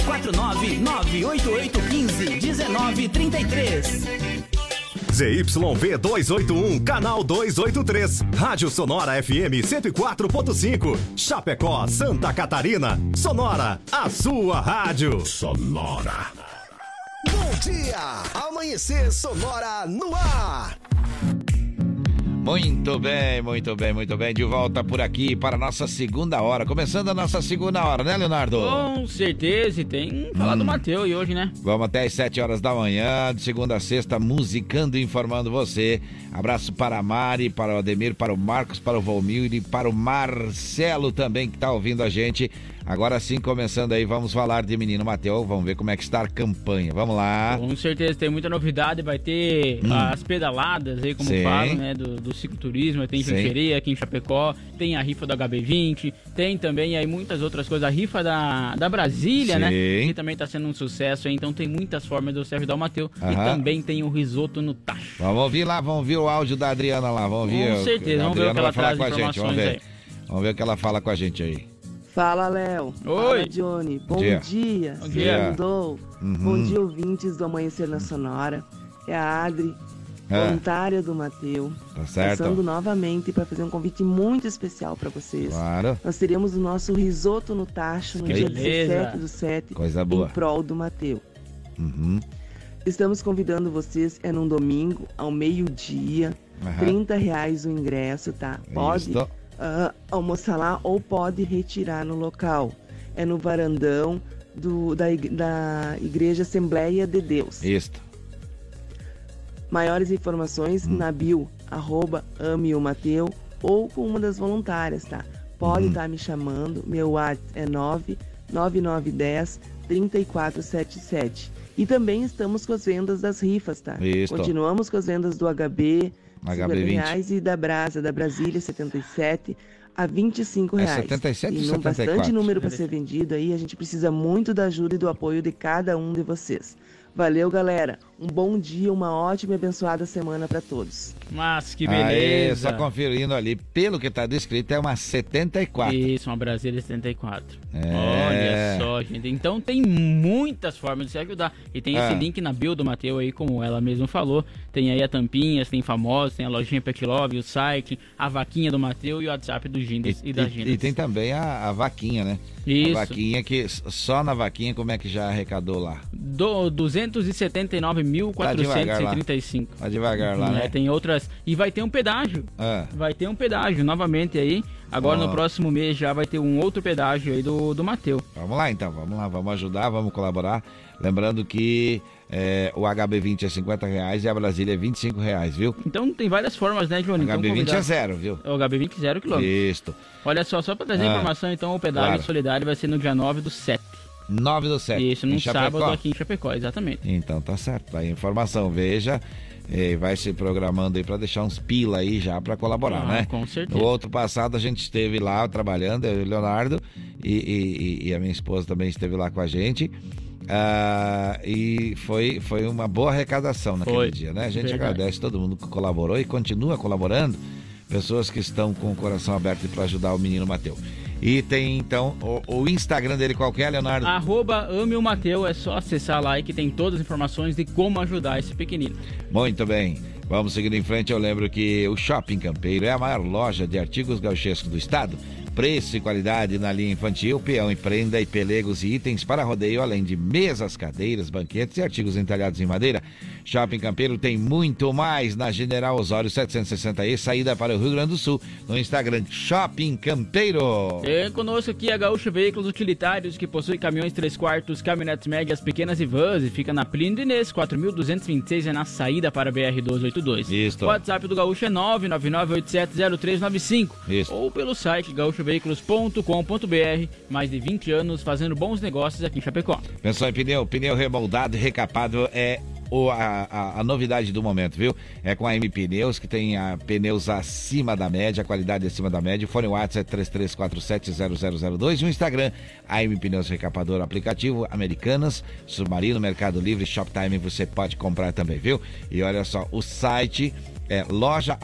49988151933. ZYV 281, canal 283. Rádio Sonora FM 104.5. Chapecó, Santa Catarina. Sonora, a sua rádio. Sonora. Bom dia! Amanhecer Sonora no ar. Muito bem, muito bem, muito bem. De volta por aqui para a nossa segunda hora. Começando a nossa segunda hora, né, Leonardo? Com certeza, e tem falar do Mateus hoje, né? Vamos até às 7 horas da manhã, de segunda a sexta, musicando e informando você. Abraço para a Mari, para o Ademir, para o Marcos, para o Volmir e para o Marcelo também, que está ouvindo a gente Agora sim, começando aí, vamos falar de Menino Mateus, vamos ver como é que está a campanha. Vamos lá. Com certeza tem muita novidade, vai ter as pedaladas aí, como falam, né, do cicloturismo, tem Jancheria aqui em Chapecó, tem a rifa do HB20, tem também aí muitas outras coisas, a rifa da Brasília, né, que também está sendo um sucesso aí, então tem muitas formas de você ajudar o Mateus. E também tem o risoto no tacho. Vamos ouvir lá, vamos ouvir o áudio da Adriana lá, vamos ouvir. Com certeza, vamos ver o que ela traz de informações aí. Vamos ver o que ela fala com a gente aí. Fala, Léo. Oi. Fala, Johnny. Bom dia. Bom dia. Bom dia, ouvintes do Amanhecer na Sonora. É a Adri, voluntária do Mateus. Tá certo. Passando novamente para fazer um convite muito especial para vocês. Claro. Nós teremos o nosso risoto no tacho no dia 17/7. Coisa boa. Em prol do Mateus. Estamos convidando vocês, num domingo, ao meio-dia. R$30 o ingresso, tá? Pode almoçar lá ou pode retirar no local. É no varandão da Igreja Assembleia de Deus. Isto. Maiores informações na bio, @ameomateu ou com uma das voluntárias, tá? Pode estar me chamando, meu WhatsApp é 99910-3477. E também estamos com as vendas das rifas, tá? Isto. Continuamos com as vendas do HB, HB20 e da Brasília 77 a R$25. É 77 e 74. Bastante número para ser vendido aí, a gente precisa muito da ajuda e do apoio de cada um de vocês. Valeu, galera. Um bom dia, uma ótima e abençoada semana para todos. Mas que beleza. Só conferindo ali, pelo que está descrito, é uma 74. Isso, uma Brasília 74. Olha só, gente. Então tem muitas formas de se ajudar. E tem esse link na bio do Mateus aí, como ela mesma falou. Tem aí a Tampinhas, tem Famosos, tem a lojinha Pet Love, o site, a vaquinha do Mateus e o WhatsApp do Gindas e da Gindas. E tem também a vaquinha, né? Isso. A vaquinha que só na vaquinha, como é que já arrecadou lá? 279.435. Tá devagar lá, né? Tem outras. E vai ter um pedágio. Vai ter um pedágio novamente aí. Agora no próximo mês já vai ter um outro pedágio aí do Mateus. Vamos lá então, vamos ajudar, vamos colaborar. Lembrando que o HB20 é R$50 e a Brasília é R$25, viu? Então tem várias formas, né, Johnny? O HB20 é 0, viu? O HB20 0 km. Isso. Olha só para trazer informação, então o pedágio solidário vai ser no dia 9/7. 9/7. Isso, num sábado aqui em Chapecó, exatamente. Então tá certo, tá aí a informação, veja. Vai se programando aí para deixar uns pila aí já para colaborar, né? Com certeza. No outro passado a gente esteve lá trabalhando, eu e o Leonardo, e a minha esposa também esteve lá com a gente. E foi uma boa arrecadação naquele dia, né? A gente agradece todo mundo que colaborou e continua colaborando, pessoas que estão com o coração aberto para ajudar o menino Mateus. E tem então o Instagram dele, qual que é, Leonardo? @ameomateu, é só acessar lá e que tem todas as informações de como ajudar esse pequenino. Muito bem, vamos seguindo em frente. Eu lembro que o Shopping Campeiro é a maior loja de artigos gauchescos do estado. Preço e qualidade na linha infantil, peão e prenda e pelegos e itens para rodeio, além de mesas, cadeiras, banquetes e artigos entalhados em madeira. Shopping Campeiro tem muito mais na General Osório 760E, saída para o Rio Grande do Sul, no Instagram Shopping Campeiro. Tem conosco aqui a Gaúcho Veículos Utilitários, que possui caminhões 3/4, caminhonetes médias, pequenas e vans, e fica na Plínio Inês, 4.226, é na saída para a BR-282. Isso. O WhatsApp do Gaúcho é 999870395. Isso. Ou pelo site gaúchoveículos.com.br. Mais de 20 anos fazendo bons negócios aqui em Chapecó. Pensou em pneu remoldado e recapado é a novidade do momento, viu? É com a M Pneus, que tem pneus acima da média, qualidade acima da média. O fone WhatsApp é 33470002 e o Instagram, a M Pneus Recapador, aplicativo Americanas, Submarino, Mercado Livre, Shoptime, você pode comprar também, viu? E olha só, o site é loja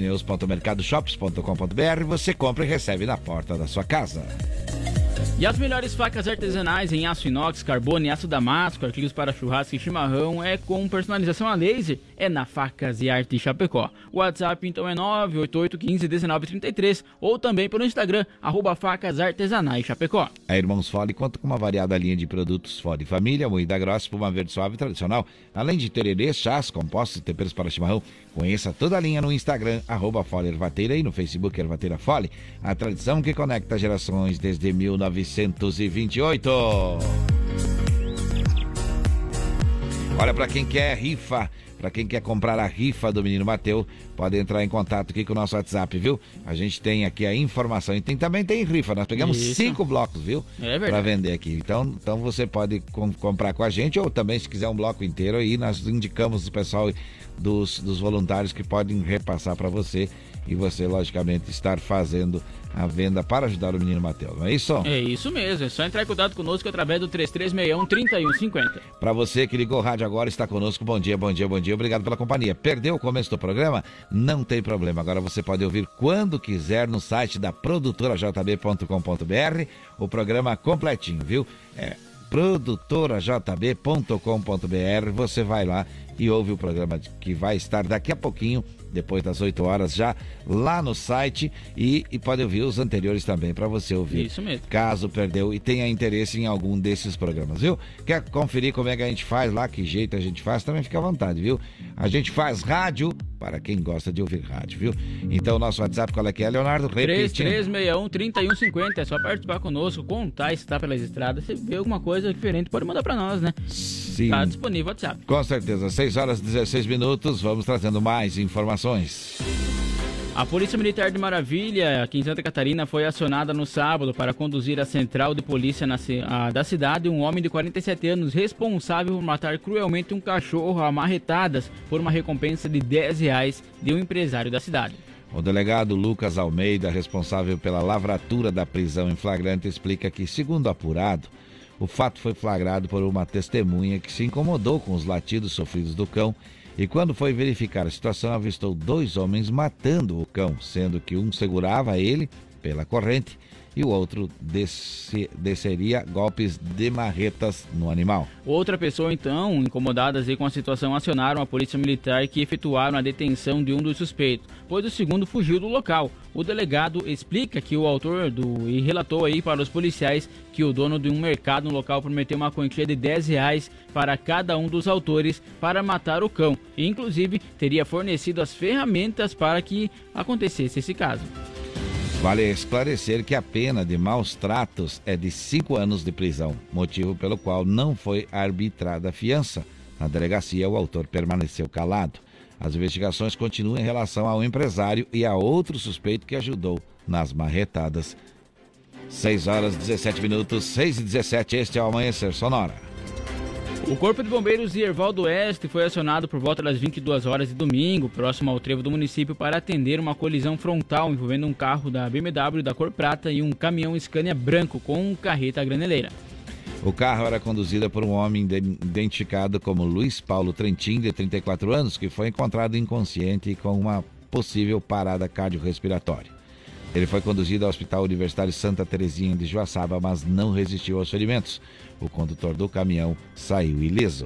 ampneus.mercadoshops.com.br. Você compra e recebe na porta da sua casa. E as melhores facas artesanais em aço inox, carbono e aço damasco, artigos para churrasco e chimarrão, é com personalização a laser, é na Facas e Arte Chapecó. O WhatsApp então é 988151933 ou também pelo Instagram, @Facas Artesanais Chapecó. A Irmãos Fole conta com uma variada linha de produtos Fole Família, moída grossa, espuma verde suave e tradicional, além de tererê, chás, compostos e temperos para chimarrão. Conheça toda a linha no Instagram, @Fole Ervateira, e no Facebook Ervateira Fole, a tradição que conecta gerações desde 1928. Olha, para quem quer rifa Para quem quer comprar a rifa do Menino Mateus, pode entrar em contato aqui com o nosso WhatsApp, viu? A gente tem aqui a informação e também tem rifa. Nós pegamos 5 blocos, viu? É verdade. Para vender aqui. Então você pode comprar com a gente ou também se quiser um bloco inteiro aí, nós indicamos o pessoal dos voluntários que podem repassar para você e você, logicamente, estar fazendo a venda para ajudar o Menino Mateus, não é isso? É isso mesmo, é só entrar em contato conosco através do 3361-3150. Para você que ligou o rádio agora, está conosco, bom dia, obrigado pela companhia. Perdeu o começo do programa? Não tem problema, agora você pode ouvir quando quiser no site da produtorajb.com.br, o programa completinho, viu? produtorajb.com.br, você vai lá e ouve o programa que vai estar daqui a pouquinho, depois das 8 horas, já lá no site e pode ouvir os anteriores também para você ouvir. Isso mesmo. Caso perdeu e tenha interesse em algum desses programas, viu? Quer conferir como é que a gente faz lá, que jeito a gente faz, também fica à vontade, viu? A gente faz rádio para quem gosta de ouvir rádio, viu? Então, nosso WhatsApp, qual é que é, Leonardo? 3361-3150, é só participar conosco, contar se está pelas estradas, se vê alguma coisa diferente, pode mandar para nós, né? Sim. Tá disponível o WhatsApp. Com certeza, 6 horas e 16 minutos, vamos trazendo mais informações. A Polícia Militar de Maravilha, aqui em Santa Catarina, foi acionada no sábado para conduzir à central de polícia da cidade um homem de 47 anos responsável por matar cruelmente um cachorro a marretadas por uma recompensa de R$10 de um empresário da cidade. O delegado Lucas Almeida, responsável pela lavratura da prisão em flagrante, explica que, segundo apurado, o fato foi flagrado por uma testemunha que se incomodou com os latidos sofridos do cão e, quando foi verificar a situação, avistou 2 homens matando o cão, sendo que um segurava ele pela corrente e o outro desceria golpes de marretas no animal. Outra pessoa, então, incomodadas com a situação, acionaram a polícia militar, que efetuaram a detenção de um dos suspeitos, pois o segundo fugiu do local. O delegado explica que o autor e relatou aí para os policiais que o dono de um mercado no local prometeu uma quantia de R$10 para cada um dos autores para matar o cão, e inclusive teria fornecido as ferramentas para que acontecesse esse caso. Vale esclarecer que a pena de maus tratos é de 5 anos de prisão, motivo pelo qual não foi arbitrada a fiança. Na delegacia, o autor permaneceu calado. As investigações continuam em relação ao empresário e a outro suspeito que ajudou nas marretadas. 6 horas e 17 minutos, 6 e 17, este é o Amanhecer Sonora. O Corpo de Bombeiros de Erval do Oeste foi acionado por volta das 22 horas de domingo, próximo ao trevo do município, para atender uma colisão frontal envolvendo um carro da BMW da cor prata e um caminhão Scania branco com carreta graneleira. O carro era conduzido por um homem identificado como Luiz Paulo Trentin, de 34 anos, que foi encontrado inconsciente e com uma possível parada cardiorrespiratória. Ele foi conduzido ao Hospital Universitário Santa Terezinha de Joaçaba, mas não resistiu aos ferimentos. O condutor do caminhão saiu ileso.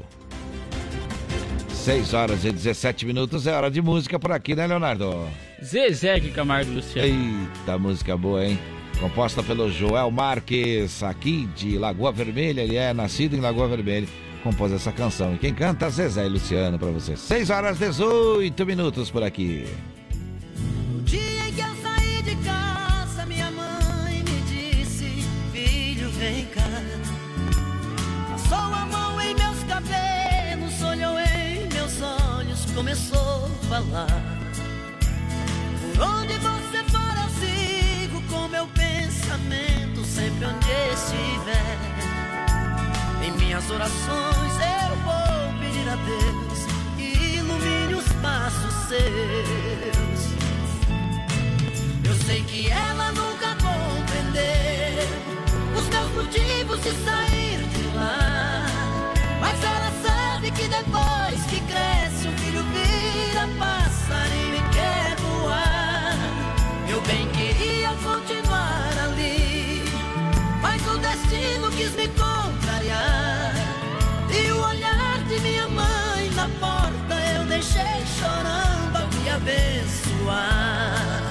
6 horas e 17 minutos, é hora de música por aqui, né, Leonardo? Zezé de Camargo e Luciano. Eita, música boa, hein? Composta pelo Joel Marques, aqui de Lagoa Vermelha. Ele é nascido em Lagoa Vermelha, compôs essa canção. E quem canta, Zezé e Luciano, pra você. 6 horas e 18 minutos por aqui. No dia em que eu saí de casa, minha mãe me disse: filho, vem cá. Passou a mão em meus cabelos, olhou em meus olhos, começou a falar. Por onde você for eu sigo com meu pensamento, sempre onde estiver. Em minhas orações eu vou pedir a Deus que ilumine os passos seus. Eu sei que ela nunca compreendeu os meus motivos de sair de lá, mas ela sabe que depois que cresce um filho vira passarinho e quer voar. Eu bem queria continuar ali, mas o destino quis me contrariar. E o olhar de minha mãe na porta eu deixei chorando a me abençoar.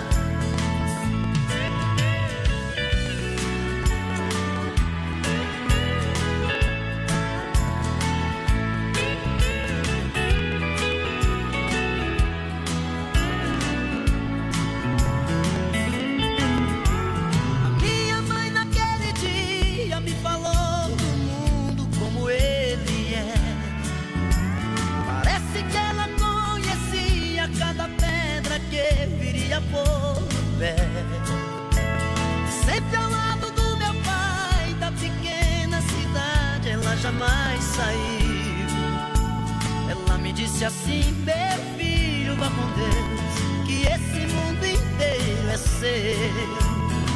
jamais saiu. Ela me disse assim: meu filho, vá com Deus, que esse mundo inteiro é seu.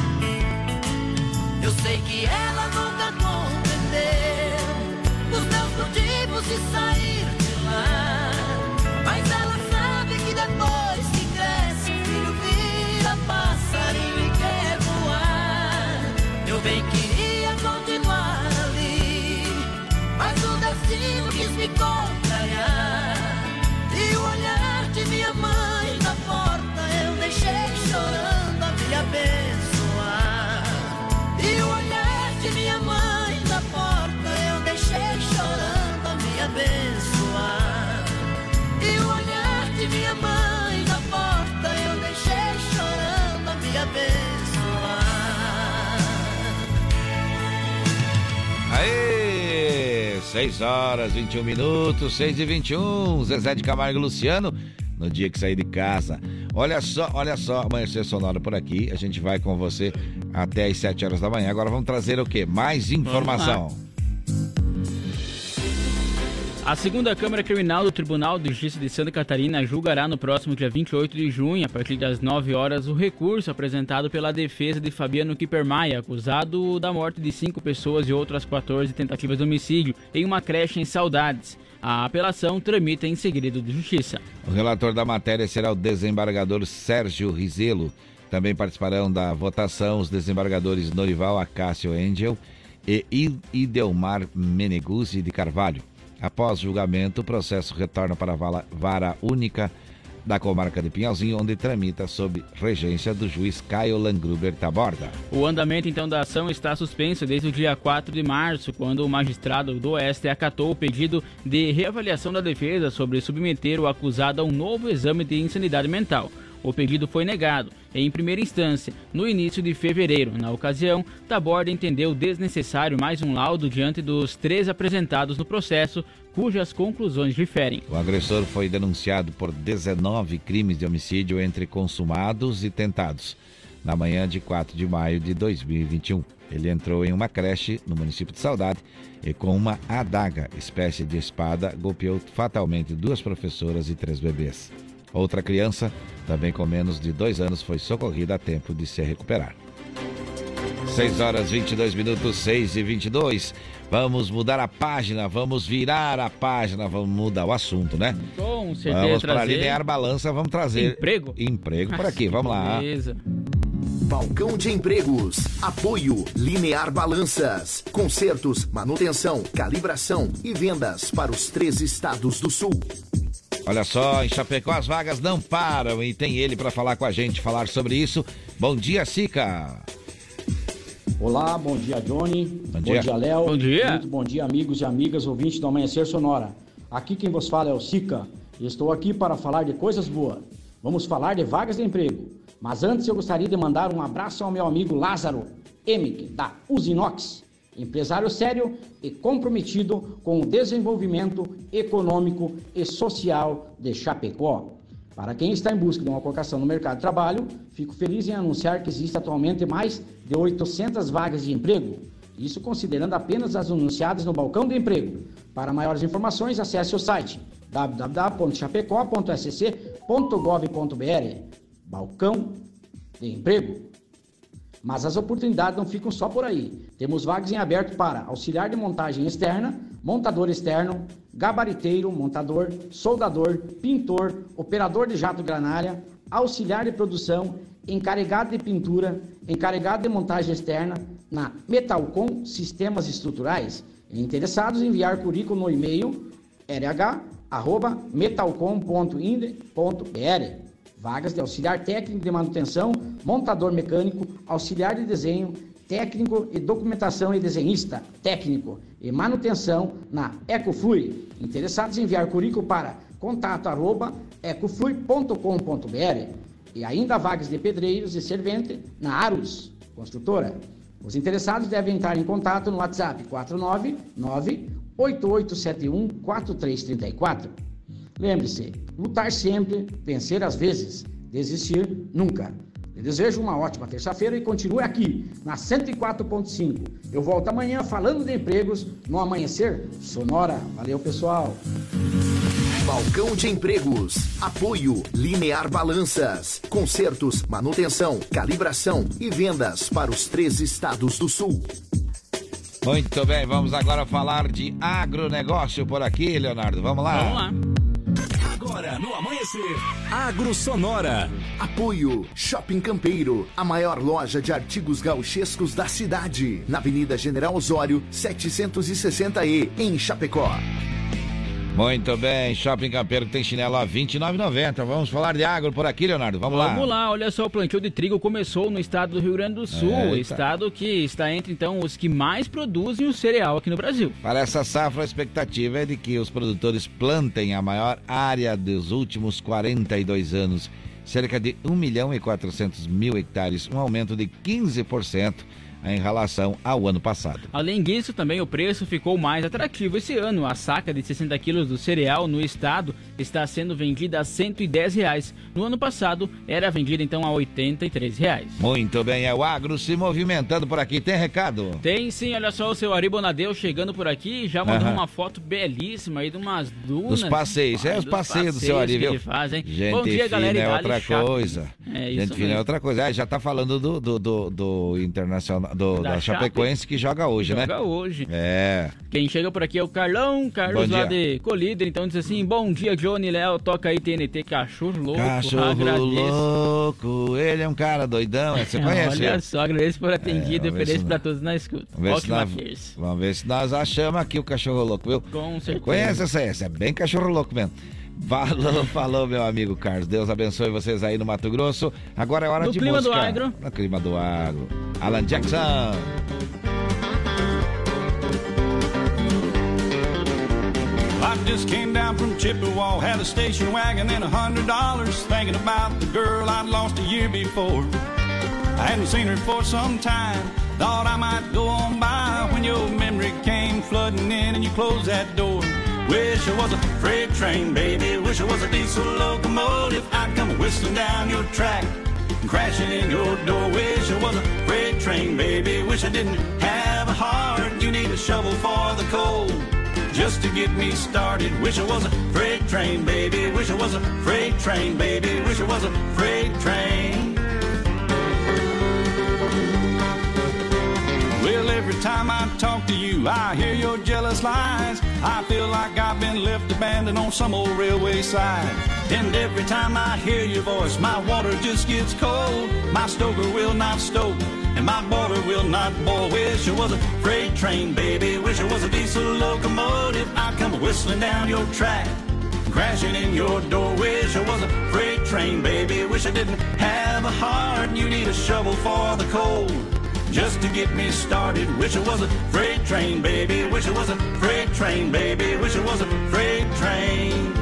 Eu sei que ela nunca compreendeu os meus motivos de sair de lá, mas ela sabe que depois que cresce o filho vira passarinho e quer voar. Eu bem queria continuar ali, mas o destino quis me contrariar. E o olhar de minha mãe na porta eu deixei chorando a me abençoar. E o olhar de minha mãe na porta eu deixei chorando a me abençoar. E o olhar de minha mãe na porta eu deixei chorando a me abençoar. Aê! 6 horas, 21 minutos, 6h21. Zezé de Camargo e Luciano, no dia que sair de casa. Olha só, Amanhecer Sonora por aqui. A gente vai com você até às 7 horas da manhã. Agora vamos trazer o quê? Mais informação. A segunda Câmara Criminal do Tribunal de Justiça de Santa Catarina julgará no próximo dia 28 de junho, a partir das 9 horas, o recurso apresentado pela defesa de Fabiano Kippermayer, acusado da morte de 5 pessoas e outras 14 tentativas de homicídio em uma creche em Saudades. A apelação tramita em segredo de justiça. O relator da matéria será o desembargador Sérgio Rizelo. Também participarão da votação os desembargadores Norival Acácio Engel e Idelmar Meneguzzi de Carvalho. Após julgamento, o processo retorna para a vara única da comarca de Pinhalzinho, onde tramita sob regência do juiz Caio Langruber Taborda. O andamento, então, da ação está suspenso desde o dia 4 de março, quando o magistrado do Oeste acatou o pedido de reavaliação da defesa sobre submeter o acusado a um novo exame de insanidade mental. O pedido foi negado, em primeira instância, no início de fevereiro. Na ocasião, Taborda entendeu desnecessário mais um laudo diante dos 3 apresentados no processo, cujas conclusões diferem. O agressor foi denunciado por 19 crimes de homicídio entre consumados e tentados, na manhã de 4 de maio de 2021. Ele entrou em uma creche no município de Saudade e, com uma adaga, espécie de espada, golpeou fatalmente 2 professoras e 3 bebês. Outra criança, também com menos de 2 anos, foi socorrida a tempo de se recuperar. 6 horas 22 minutos, 6h22. Vamos mudar a página, vamos virar a página, vamos mudar o assunto, né? Com certeza. Vamos para a Linear Balança, vamos trazer... Emprego por aqui, vamos lá. Beleza. Balcão de Empregos. Apoio Linear Balanças. Consertos, manutenção, calibração e vendas para os 3 estados do sul. Olha só, em Chapecó as vagas não param e tem ele para falar com a gente, falar sobre isso. Bom dia, Sica. Olá, bom dia, Johnny. Bom dia, Léo. Bom dia. Muito bom dia, amigos e amigas, ouvintes do Amanhecer Sonora. Aqui quem vos fala é o Sica e estou aqui para falar de coisas boas. Vamos falar de vagas de emprego. Mas antes eu gostaria de mandar um abraço ao meu amigo Lázaro Emick, da Usinox. Empresário sério e comprometido com o desenvolvimento econômico e social de Chapecó. Para quem está em busca de uma colocação no mercado de trabalho, fico feliz em anunciar que existe atualmente mais de 800 vagas de emprego. Isso considerando apenas as anunciadas no Balcão de Emprego. Para maiores informações, acesse o site www.chapecó.sc.gov.br. Balcão de Emprego. Mas as oportunidades não ficam só por aí. Temos vagas em aberto para auxiliar de montagem externa, montador externo, gabariteiro, montador, soldador, pintor, operador de jato granária, auxiliar de produção, encarregado de pintura, encarregado de montagem externa na Metalcom Sistemas Estruturais. Interessados, enviar currículo no e-mail rh@metalcom.ind.br. Vagas de auxiliar técnico de manutenção, montador mecânico, auxiliar de desenho, técnico e documentação e desenhista, técnico e manutenção na Ecoflui. Interessados em enviar currículo para contato@ecoflui.com.br. E ainda vagas de pedreiros e servente na Arus Construtora. Os interessados devem entrar em contato no WhatsApp 499-8871-4334. Lembre-se, lutar sempre, vencer às vezes, desistir nunca. Eu desejo uma ótima terça-feira e continue aqui, na 104.5. Eu volto amanhã falando de empregos no Amanhecer Sonora. Valeu, pessoal. Balcão de Empregos. Apoio Linear Balanças. Consertos, manutenção, calibração e vendas para os 3 estados do sul. Muito bem, vamos agora falar de agronegócio por aqui, Leonardo. Vamos lá? Vamos lá. Agora no Amanhecer, Agro Sonora. Apoio Shopping Campeiro, a maior loja de artigos gauchescos da cidade, na Avenida General Osório, 760E, em Chapecó. Muito bem, Shopping Campeiro que tem chinelo a R$ 29,90. Vamos falar de agro por aqui, Leonardo. Vamos lá, olha só, o plantio de trigo começou no estado do Rio Grande do Sul, estado que está entre, então, os que mais produzem o cereal aqui no Brasil. Para essa safra, a expectativa é de que os produtores plantem a maior área dos últimos 42 anos, cerca de 1.400.000 hectares, um aumento de 15% em relação ao ano passado. Além disso, também o preço ficou mais atrativo esse ano. A saca de 60 quilos do cereal no estado está sendo vendida a R$ 110. No ano passado, era vendida então a R$ 83. Muito bem, é o agro se movimentando por aqui. Tem recado? Tem sim, olha só, o seu Ari Bonadeu chegando por aqui, já mandou uma foto belíssima aí de umas dunas. Dos passeios, os passeios do seu Ari, viu? Gente bom dia, galera, é outra coisa. Gente fina é outra coisa. Já tá falando do Internacional, da Chapecoense que joga hoje, né? Joga hoje. É. Quem chega por aqui é o Carlos lá de Colíder, então diz assim, bom dia, Johnny Léo, toca aí TNT, Cachorro Louco. Cachorro Louco, ele é um cara doidão, você conhece? Olha só, agradeço por atendido e ofereço pra todos na escuta. Vamos ver se nós achamos aqui o Cachorro Louco, viu? Com certeza. Conhece essa é bem Cachorro Louco mesmo. Falou, meu amigo Carlos. Deus abençoe vocês aí no Mato Grosso. Agora é hora de música. No clima do agro. Alan Jackson. I just came down from Chippewa, had a station wagon and $100, thinking about the girl I'd lost a year before. I hadn't seen her for some time, thought I might go on by when your memory came flooding in and you closed that door. Wish I was a freight train, baby, wish I was a diesel locomotive. I'd come whistling down your track, crashing in your door. Wish I was a freight train, baby, wish I didn't have a heart. You need a shovel for the coal, just to get me started. Wish I was a freight train, baby, wish I was a freight train, baby, wish I was a freight train. Well, every time I talk to you, I hear your jealous lies. I feel like I've been left abandoned on some old railway side. And every time I hear your voice, my water just gets cold. My stoker will not stoke, and my boiler will not boil. Wish I was a freight train, baby, wish I was a diesel locomotive. I'd come whistling down your track, crashing in your door. Wish I was a freight train, baby, wish I didn't have a heart. You need a shovel for the coal, just to get me started. Wish I was a freight train, baby, wish I was a freight train, baby, wish I was a freight train.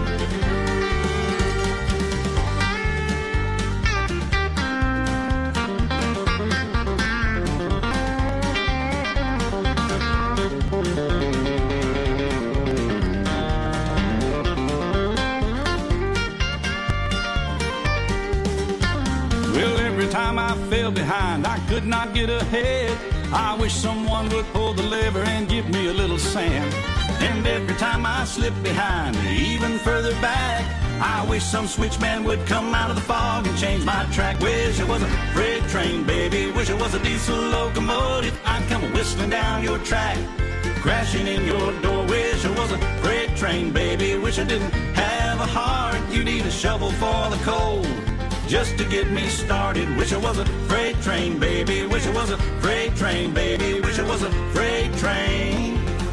Every time I fell behind, I could not get ahead. I wish someone would pull the lever and give me a little sand. And every time I slip behind, even further back, I wish some switchman would come out of the fog and change my track. Wish I was a freight train, baby, wish I was a diesel locomotive. I'd come whistling down your track, crashing in your door. Wish I was a freight train, baby, wish I didn't have a heart. You need a shovel for the coal, just to get me started. Wish I was a freight train, baby, wish I was a freight train, baby, wish I was a freight train.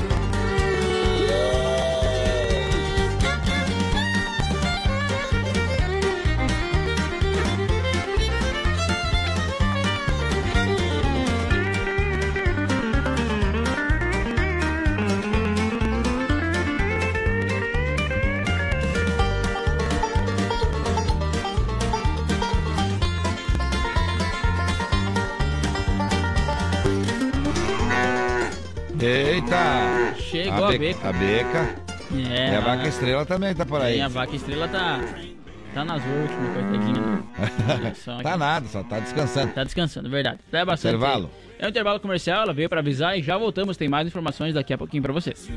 Eita! Chegou a beca. A beca. É, e a vaca estrela também tá por aí. E a vaca estrela tá Tá nas últimas, coitadinha. Tá nada, só tá descansando. Tá descansando, verdade. É bastante. Intervalo. É um intervalo comercial, ela veio pra avisar e já voltamos. Tem mais informações daqui a pouquinho pra vocês.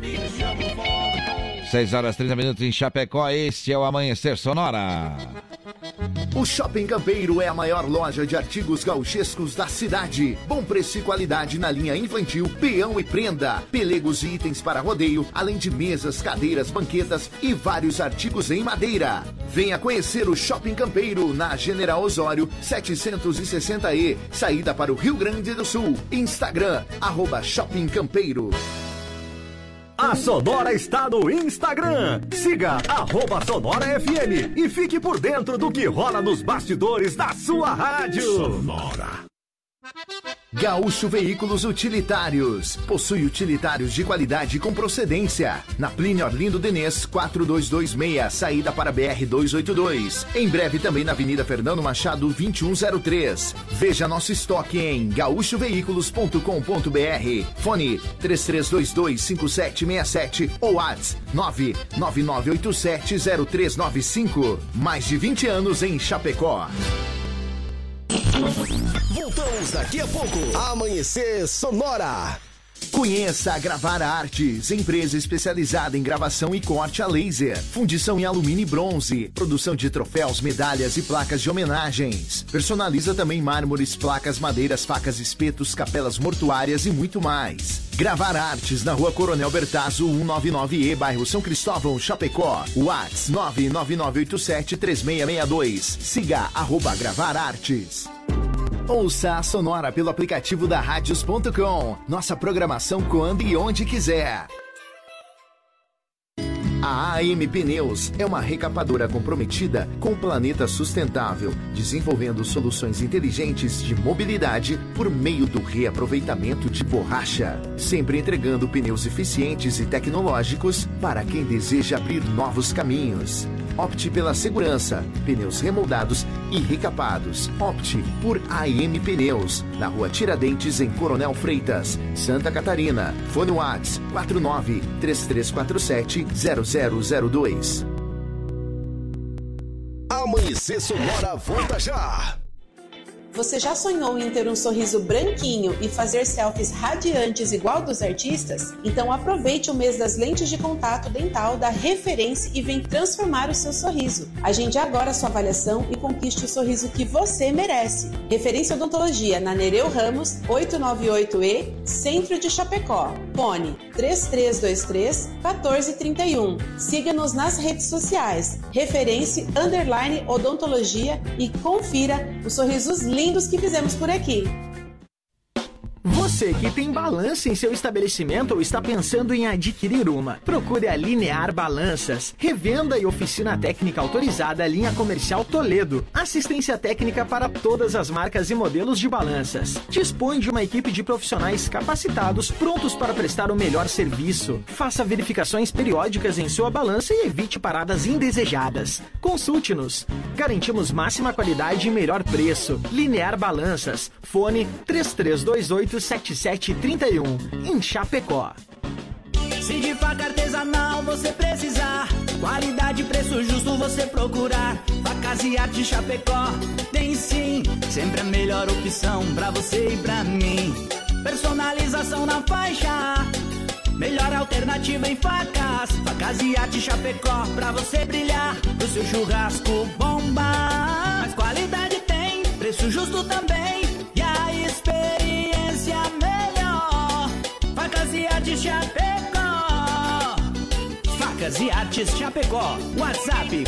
6 horas 30 minutos em Chapecó, este é o Amanhecer Sonora. O Shopping Campeiro é a maior loja de artigos gauchescos da cidade. Bom preço e qualidade na linha infantil, peão e prenda, pelegos e itens para rodeio, além de mesas, cadeiras, banquetas e vários artigos em madeira. Venha conhecer o Shopping Campeiro na General Osório 760E, saída para o Rio Grande do Sul. Instagram, @Shopping Campeiro. A Sonora está no Instagram. Siga @SonoraFM e fique por dentro do que rola nos bastidores da sua rádio. Sonora. Gaúcho Veículos Utilitários. Possui utilitários de qualidade com procedência. Na Plínio Orlindo Denês, 4226, saída para BR-282. Em breve também na Avenida Fernando Machado, 2103. Veja nosso estoque em gaúchoveículos.com.br. Fone 33225767 ou WhatsApp 999870395. Mais de 20 anos em Chapecó. Voltamos daqui a pouco. Amanhecer Sonora. Conheça a Gravar Artes, empresa especializada em gravação e corte a laser, fundição em alumínio e bronze, produção de troféus, medalhas e placas de homenagens. Personaliza também mármores, placas, madeiras, facas, espetos, capelas mortuárias e muito mais. Gravar Artes na Rua Coronel Bertazzo, 199E, bairro São Cristóvão, Chapecó. WhatsApp 999873662. Siga @Gravar Artes. Ouça a Sonora pelo aplicativo da Radios.com. Nossa programação quando e onde quiser. A AM Pneus é uma recapadora comprometida com o planeta sustentável, desenvolvendo soluções inteligentes de mobilidade por meio do reaproveitamento de borracha, sempre entregando pneus eficientes e tecnológicos para quem deseja abrir novos caminhos. Opte pela segurança, pneus remoldados e recapados. Opte por AM Pneus, na Rua Tiradentes, em Coronel Freitas, Santa Catarina. Fone WhatsApp 49-3347-0002. Amanhecer Sonora volta já. Você já sonhou em ter um sorriso branquinho e fazer selfies radiantes igual dos artistas? Então aproveite o mês das lentes de contato dental da Referência e vem transformar o seu sorriso. Agende agora a sua avaliação e conquiste o sorriso que você merece. Referência Odontologia na Nereu Ramos, 898E, Centro de Chapecó. Fone 3323-1431. Siga-nos nas redes sociais. Referência_Odontologia e confira os sorrisos lindos que fizemos por aqui. Você que tem balança em seu estabelecimento ou está pensando em adquirir uma, procure a Linear Balanças, revenda e oficina técnica autorizada linha comercial Toledo. Assistência técnica para todas as marcas e modelos de balanças. Dispõe de uma equipe de profissionais capacitados, prontos para prestar o melhor serviço. Faça verificações periódicas em sua balança e evite paradas indesejadas. Consulte-nos. Garantimos máxima qualidade e melhor preço. Linear Balanças. Fone 3328-7731, em Chapecó. Se de faca artesanal você precisar, qualidade e preço justo você procurar. Facas e Arte Chapecó tem sim, sempre a melhor opção pra você e pra mim. Personalização na faixa, melhor alternativa em facas. Facas e Arte Chapecó pra você brilhar, pro seu churrasco bomba. Mas qualidade tem, preço justo também e a experiência melhor. Facas e Artes Chapecó. Facas e Artes Chapecó. WhatsApp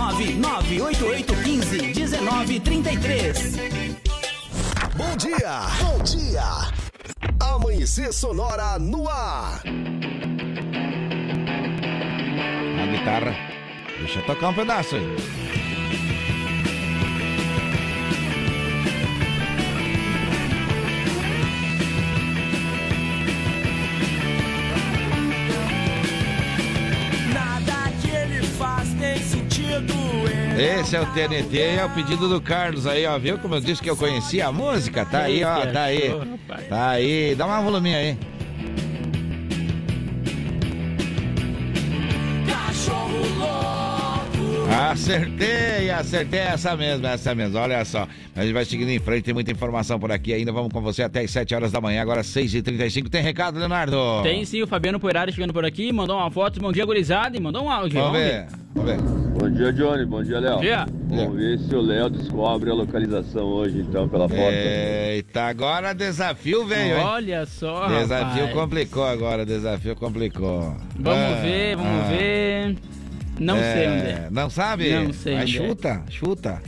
49988151933. Bom dia, bom dia. Amanhecer Sonora no ar. A guitarra. Deixa eu tocar um pedaço aí. Esse é o TNT e é o pedido do Carlos aí, ó. Viu como eu disse que eu conhecia a música? Tá aí, ó, tá aí. Tá aí, dá uma voluminha aí. Acertei essa mesmo. Olha só, a gente vai seguindo em frente, tem muita informação por aqui ainda. Vamos com você até as 7 horas da manhã, agora 6h35. Tem recado, Leonardo? Tem sim, o Fabiano Poirari chegando por aqui, mandou uma foto, bom dia, gurizada, e mandou um áudio. Vamos ver. Bom dia, Johnny, bom dia, Léo. Bom dia. Vamos ver se o Léo descobre a localização hoje, então, pela porta. Eita, agora desafio veio, hein? Olha só, Desafio rapaz. complicou agora, Vamos ver. Não sei onde é. Não sabe? Não sei Mas onde chuta.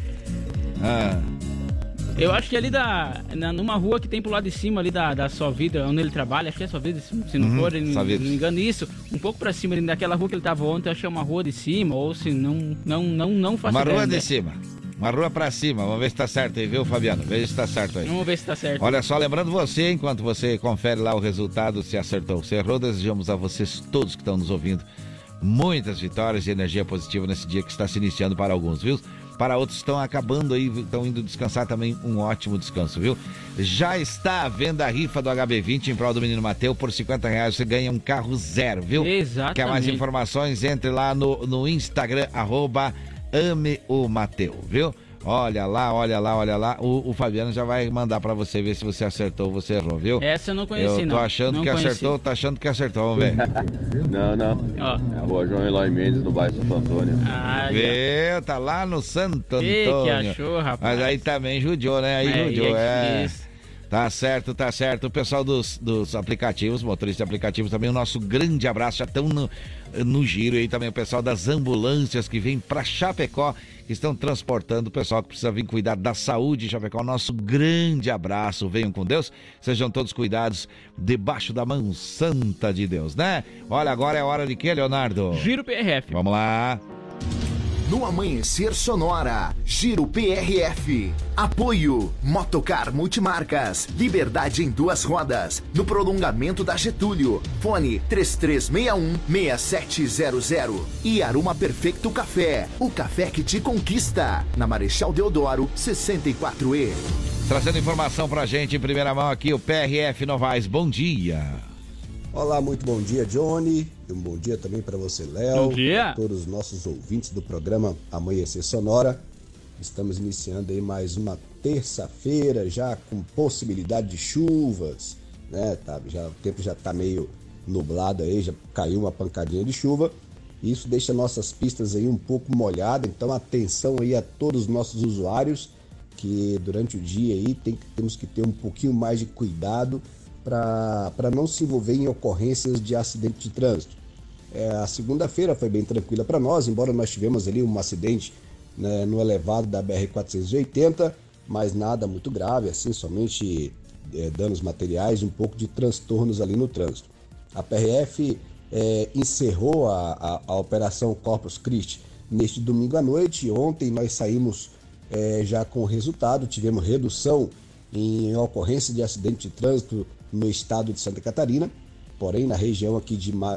Eu acho que ali numa rua que tem pro lado de cima ali da Sua Vida, onde ele trabalha, acho que é Sua Vida, se não for, não me engano, isso, um pouco pra cima ali, daquela rua que ele tava ontem, eu achei uma rua de cima, ou se não faço Uma ideia, rua né? de cima. Uma rua pra cima, vamos ver se tá certo aí, viu, Fabiano? Veja se tá certo aí. Vamos ver se tá certo. Olha só, lembrando você, enquanto você confere lá o resultado, se acertou, se errou, desejamos a vocês todos que estão nos ouvindo muitas vitórias e energia positiva nesse dia que está se iniciando para alguns, viu? Para outros estão acabando aí, estão indo descansar também, um ótimo descanso, viu? Já está à venda a rifa do HB20 em prol do menino Mateu, por R$50 você ganha um carro zero, viu? Exatamente. Quer mais informações? Entre lá no Instagram, @ameomateu, viu? Olha lá, o Fabiano já vai mandar pra você ver se você acertou ou você errou, viu? Essa eu não conheci, eu tô achando que acertou, tá achando que acertou, vamos ver. Não. Ó. É a rua João Eloy Mendes, no bairro Santo Antônio. Viu? Tá lá no Santo Antônio. Que achou, rapaz. Mas aí também judiou, né? Isso. Tá certo. O pessoal dos aplicativos, motoristas de aplicativos também, o nosso grande abraço, já estão no giro aí também, o pessoal das ambulâncias que vem pra Chapecó, que estão transportando o pessoal que precisa vir cuidar da saúde em Chapecó. Nosso grande abraço, venham com Deus, sejam todos cuidados debaixo da mão santa de Deus, né? Olha, agora é hora de quê, Leonardo? Giro PRF. Vamos lá. No Amanhecer Sonora, Giro PRF. Apoio Motocar Multimarcas, Liberdade em duas rodas, no prolongamento da Getúlio. Fone 3361-6700. E Aroma Perfeito Café, o café que te conquista. Na Marechal Deodoro, 64E. Trazendo informação pra gente em primeira mão aqui, o PRF Novaes. Bom dia. Olá, muito bom dia, Johnny. Um bom dia também para você, Léo. Bom dia. A todos os nossos ouvintes do programa Amanhecer Sonora. Estamos iniciando aí mais uma terça-feira, já com possibilidade de chuvas, né? O tempo já tá meio nublado aí, já caiu uma pancadinha de chuva. Isso deixa nossas pistas aí um pouco molhadas, então atenção aí a todos os nossos usuários, que durante o dia aí temos que ter um pouquinho mais de cuidado para não se envolver em ocorrências de acidente de trânsito. A segunda-feira foi bem tranquila para nós, embora nós tivemos ali um acidente, né, no elevado da BR-480, mas nada muito grave, assim, somente danos materiais e um pouco de transtornos ali no trânsito. A PRF encerrou a Operação Corpus Christi neste domingo à noite. Ontem nós saímos já com o resultado, tivemos redução em ocorrência de acidente de trânsito no estado de Santa Catarina, porém na região aqui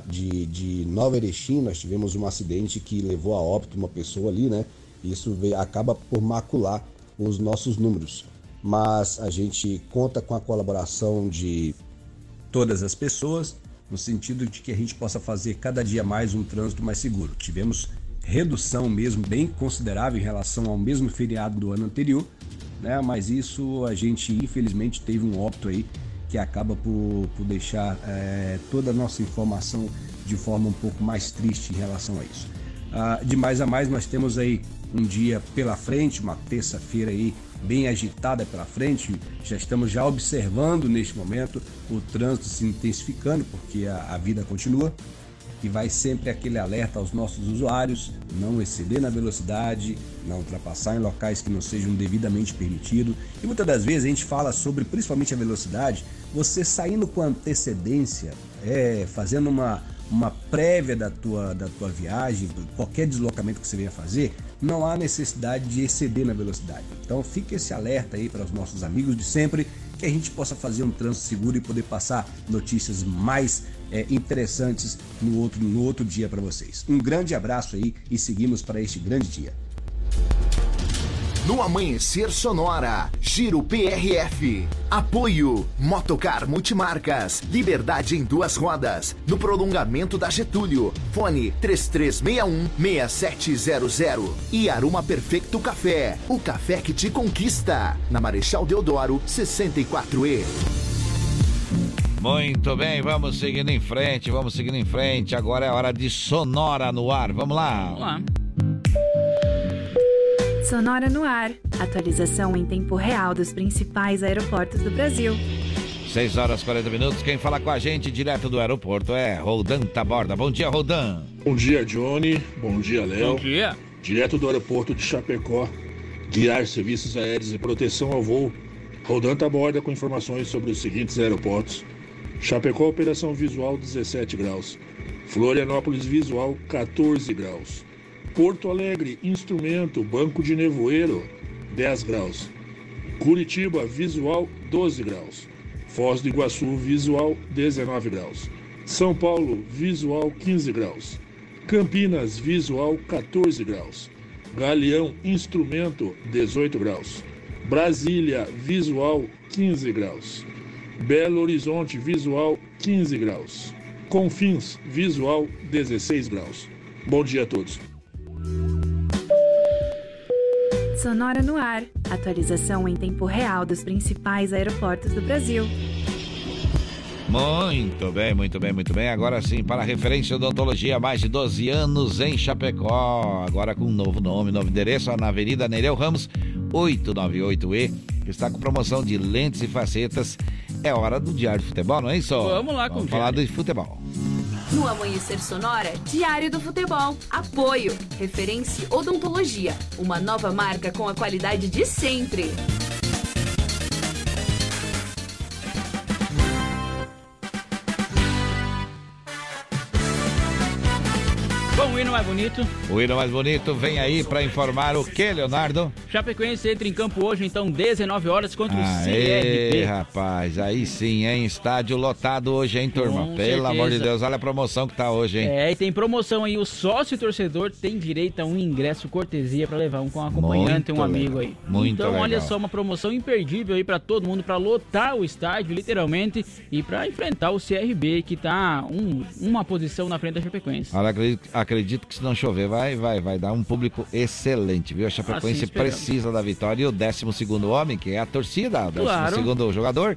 de Nova Erechim nós tivemos um acidente que levou a óbito uma pessoa ali, né? Isso acaba por macular os nossos números, mas a gente conta com a colaboração de todas as pessoas, no sentido de que a gente possa fazer cada dia mais um trânsito mais seguro. Tivemos redução mesmo bem considerável em relação ao mesmo feriado do ano anterior, né? Mas isso a gente infelizmente teve um óbito aí que acaba por deixar toda a nossa informação de forma um pouco mais triste em relação a isso. De mais a mais, nós temos aí um dia pela frente, uma terça-feira aí bem agitada pela frente. Já estamos observando neste momento o trânsito se intensificando, porque a vida continua. E vai sempre aquele alerta aos nossos usuários: não exceder na velocidade, não ultrapassar em locais que não sejam devidamente permitidos. E muitas das vezes a gente fala sobre, principalmente a velocidade, você saindo com antecedência, fazendo uma prévia da tua viagem, qualquer deslocamento que você venha fazer, não há necessidade de exceder na velocidade. Então fica esse alerta aí para os nossos amigos de sempre, que a gente possa fazer um trânsito seguro e poder passar notícias mais interessantes no outro dia para vocês. Um grande abraço aí e seguimos para este grande dia. No Amanhecer Sonora, Giro PRF. Apoio, Motocar Multimarcas, liberdade em 2 rodas, no prolongamento da Getúlio. Fone 3361-6700. E Aroma Perfeito Café, o café que te conquista. Na Marechal Deodoro, 64E. Muito bem, vamos seguindo em frente. Agora é hora de Sonora no ar. Vamos lá. Sonora no ar. Atualização em tempo real dos principais aeroportos do Brasil. 6 horas e 40 minutos. Quem fala com a gente direto do aeroporto é Roldan Taborda. Bom dia, Roldan. Bom dia, Johnny. Bom dia, Léo. Bom dia. Direto do aeroporto de Chapecó. Guiar serviços aéreos e proteção ao voo. Roldan Taborda com informações sobre os seguintes aeroportos. Chapecó, operação visual 17 graus. Florianópolis, visual 14 graus. Porto Alegre, instrumento, banco de nevoeiro, 10 graus. Curitiba, visual, 12 graus. Foz do Iguaçu, visual, 19 graus. São Paulo, visual, 15 graus. Campinas, visual, 14 graus. Galeão, instrumento, 18 graus. Brasília, visual, 15 graus. Belo Horizonte, visual, 15 graus. Confins, visual, 16 graus. Bom dia a todos. Sonora no ar. Atualização em tempo real dos principais aeroportos do Brasil. Muito bem. Agora sim, para a referência odontologia, há mais de 12 anos em Chapecó. Agora com um novo nome, novo endereço, na Avenida Nereu Ramos, 898E, que está com promoção de lentes e facetas. É hora do Diário do Futebol, não é isso? Vamos lá com Vamos falar de futebol. No Amanhecer Sonora, Diário do Futebol. Apoio. Referência Odontologia. Uma nova marca com a qualidade de sempre. Bom, o hino mais bonito. O hino mais bonito vem aí para informar o que, Leonardo? Chapecoense entra em campo hoje, então, 19 horas contra o CRB. Rapaz, aí sim, hein? Estádio lotado hoje, hein, turma? Com Pelo certeza. amor de Deus, olha a promoção que tá hoje, hein? E tem promoção aí. O sócio torcedor tem direito a um ingresso cortesia para levar com um acompanhante e um amigo aí. Muito então, legal. olha só, uma promoção imperdível aí para todo mundo, para lotar o estádio, literalmente, e para enfrentar o CRB, que tá uma posição na frente da Chapecoense. Olha, acredito que se não chover vai dar um público excelente, viu? A Chapecoense precisa da vitória e o 12º homem, que é a torcida, o 12º jogador,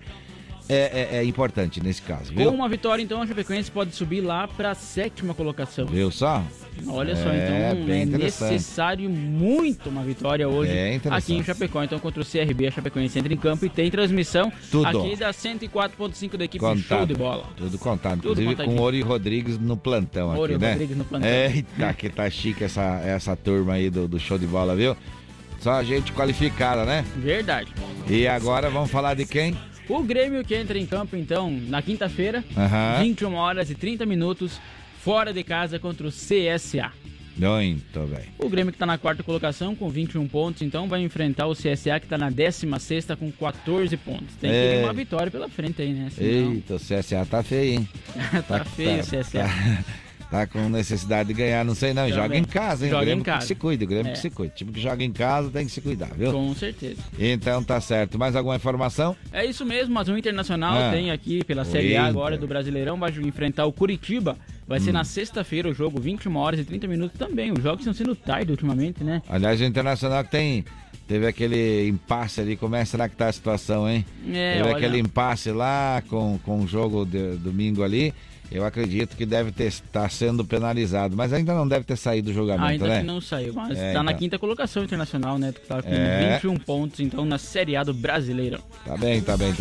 é importante nesse caso, viu? Com uma vitória, então, a Chapecoense pode subir lá para a 7ª colocação. Viu só? Olha só, então é necessário muito uma vitória hoje aqui em Chapecó. Então, contra o CRB, a Chapecoense entra em campo e tem transmissão aqui da 104.5 da equipe Show de Bola. Tudo contado, inclusive com o Ori Rodrigues no plantão aqui, né? Rodrigues no plantão. Eita, que tá chique essa turma aí do Show de Bola, viu? Só gente qualificada, né? Verdade. E agora vamos falar de quem? O Grêmio, que entra em campo, então, na quinta-feira, 21 horas e 30 minutos, fora de casa contra o CSA. Muito bem. O Grêmio, que está na 4ª colocação com 21 pontos, então vai enfrentar o CSA, que está na 16ª com 14 pontos. Tem que ter uma vitória pela frente aí, né? Senão... Eita, o CSA tá feio, hein? tá feio o CSA. Tá com necessidade de ganhar, não sei não. Também. Joga em casa, hein? Joga o Grêmio em casa. Que se cuide, o Grêmio que se cuide. O time que joga em casa tem que se cuidar, viu? Com certeza. Então tá certo. Mais alguma informação? É isso mesmo, mas o Internacional tem aqui pela Série A agora do Brasileirão, vai enfrentar o Curitiba. Vai ser na sexta-feira o jogo, 21 horas e 30 minutos também. Os jogos estão sendo tarde ultimamente, né? Aliás, o Internacional que teve aquele impasse ali. Como é que será que tá a situação, hein? Teve aquele impasse lá com o jogo de domingo ali. Eu acredito que deve estar sendo penalizado, mas ainda não deve ter saído do julgamento, ainda né? Ainda que não saiu, mas tá na 5ª colocação Internacional, né? Tá com 21 pontos, então, na Série A do Brasileirão. Tá bem.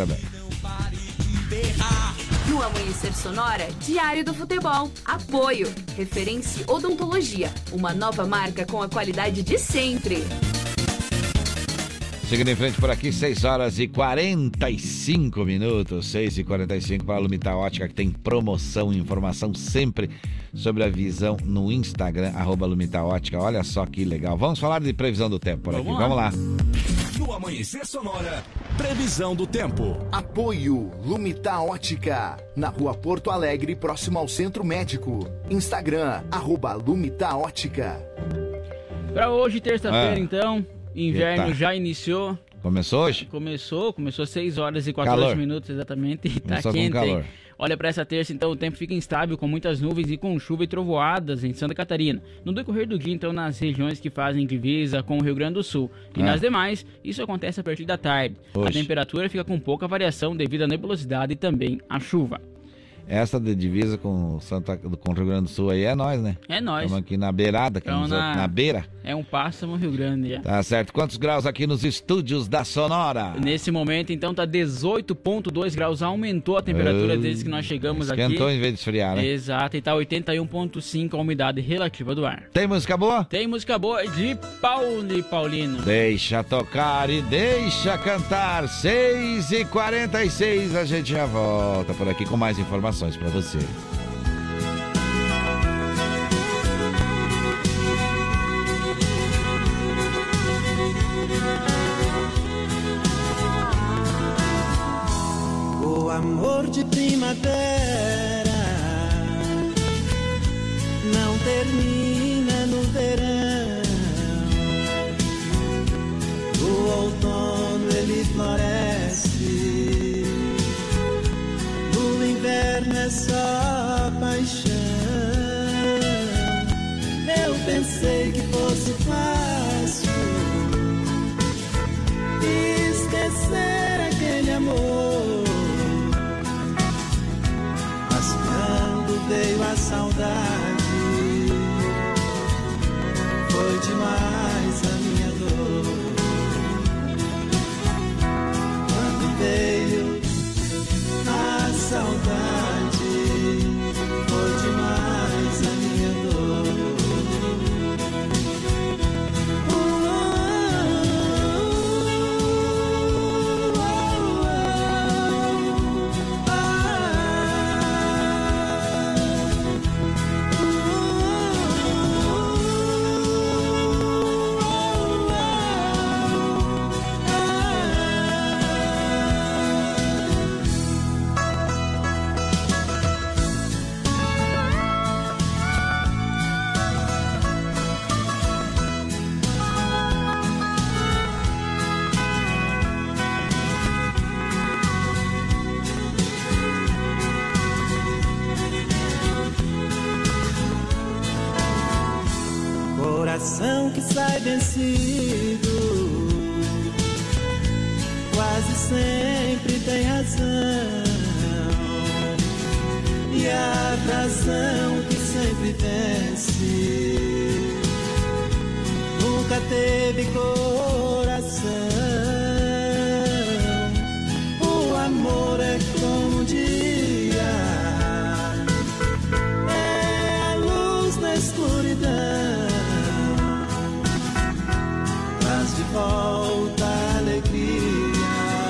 No Amanhecer Sonora, Diário do Futebol. Apoio. Referência Odontologia. Uma nova marca com a qualidade de sempre. Seguindo em frente por aqui, 6 horas e 45 minutos, 6h45 para a Lumita Ótica, que tem promoção e informação sempre sobre a visão no Instagram, @Lumita Ótica. Olha só que legal. Vamos falar de previsão do tempo por aqui. Vamos lá. No Amanhecer Sonora, previsão do tempo. Apoio Lumita Ótica, na Rua Porto Alegre, próximo ao Centro Médico. Instagram, @Lumita Ótica. Para hoje, terça-feira, então... Inverno já iniciou. Começou hoje? Começou 6 horas e 14 minutos exatamente. E tá quente, com calor. Hein? Olha, para essa terça, então, o tempo fica instável, com muitas nuvens e com chuva e trovoadas em Santa Catarina. No decorrer do dia, então, nas regiões que fazem divisa com o Rio Grande do Sul. E nas demais, isso acontece a partir da tarde. A temperatura fica com pouca variação devido à nebulosidade e também à chuva. Essa de divisa com o Rio Grande do Sul aí é nós, né? É nós. Estamos aqui na beirada, na beira. É um passo no Rio Grande já. Tá certo. Quantos graus aqui nos estúdios da Sonora? Nesse momento, então, tá 18,2 graus. Aumentou a temperatura desde que nós chegamos aqui. Esquentou em vez de esfriar, né? Exato. E tá 81,5 a umidade relativa do ar. Tem música boa? Tem música boa de Paulo e Paulino. Deixa tocar e deixa cantar. 6h46, a gente já volta por aqui com mais informações para você. O amor de primavera não termina no verão. No outono ele floresce, no inverno é só paixão. Eu pensei que fosse fácil esquecer aquele amor, mas quando veio a saudade, foi demais a minha dor. Quando veio a saudade, foi demais a minha dor. Coração que sai vencido quase sempre tem razão, e a razão que sempre vence nunca teve coração. O amor é como um dia, é a luz na escuridão, traz de volta a alegria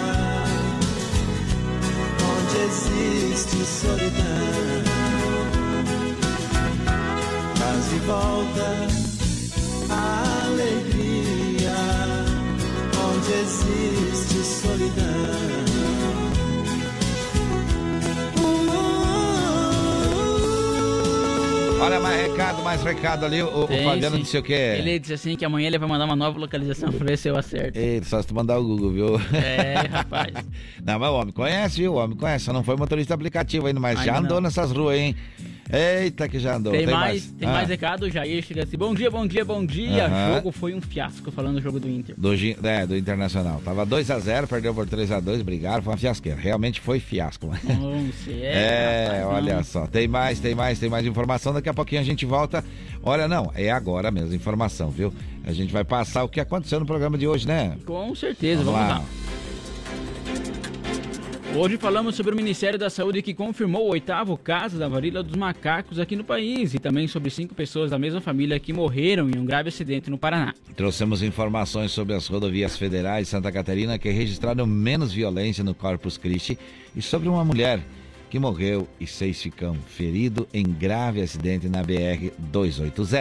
onde existe solidão, traz de volta a alegria onde existe solidão. Olha, mais recado ali, o Fabiano disse o quê? Ele disse assim que amanhã ele vai mandar uma nova localização pra ver se eu acerto. Ei, só se tu mandar o Google, viu? É, rapaz. Não, mas o homem conhece, viu? O homem conhece, só não foi motorista aplicativo ainda, mas já andou nessas ruas, hein? Eita, que já andou. Tem mais recado, o Jair chega assim, bom dia. O jogo foi um fiasco, falando do jogo do Inter. Do Internacional. Tava 2-0, perdeu por 3-2, brigaram, foi uma fiasqueira. Realmente foi fiasco. Olha só. Tem mais informação, daqui a pouquinho a gente volta. Olha, não, é agora mesmo, informação, viu? A gente vai passar o que aconteceu no programa de hoje, né? Com certeza, vamos lá. Hoje falamos sobre o Ministério da Saúde que confirmou o 8º caso da varíola dos macacos aqui no país e também sobre 5 pessoas da mesma família que morreram em um grave acidente no Paraná. Trouxemos informações sobre as rodovias federais de Santa Catarina que registraram menos violência no Corpus Christi e sobre uma mulher que morreu e 6 ficam feridos em grave acidente na BR-280.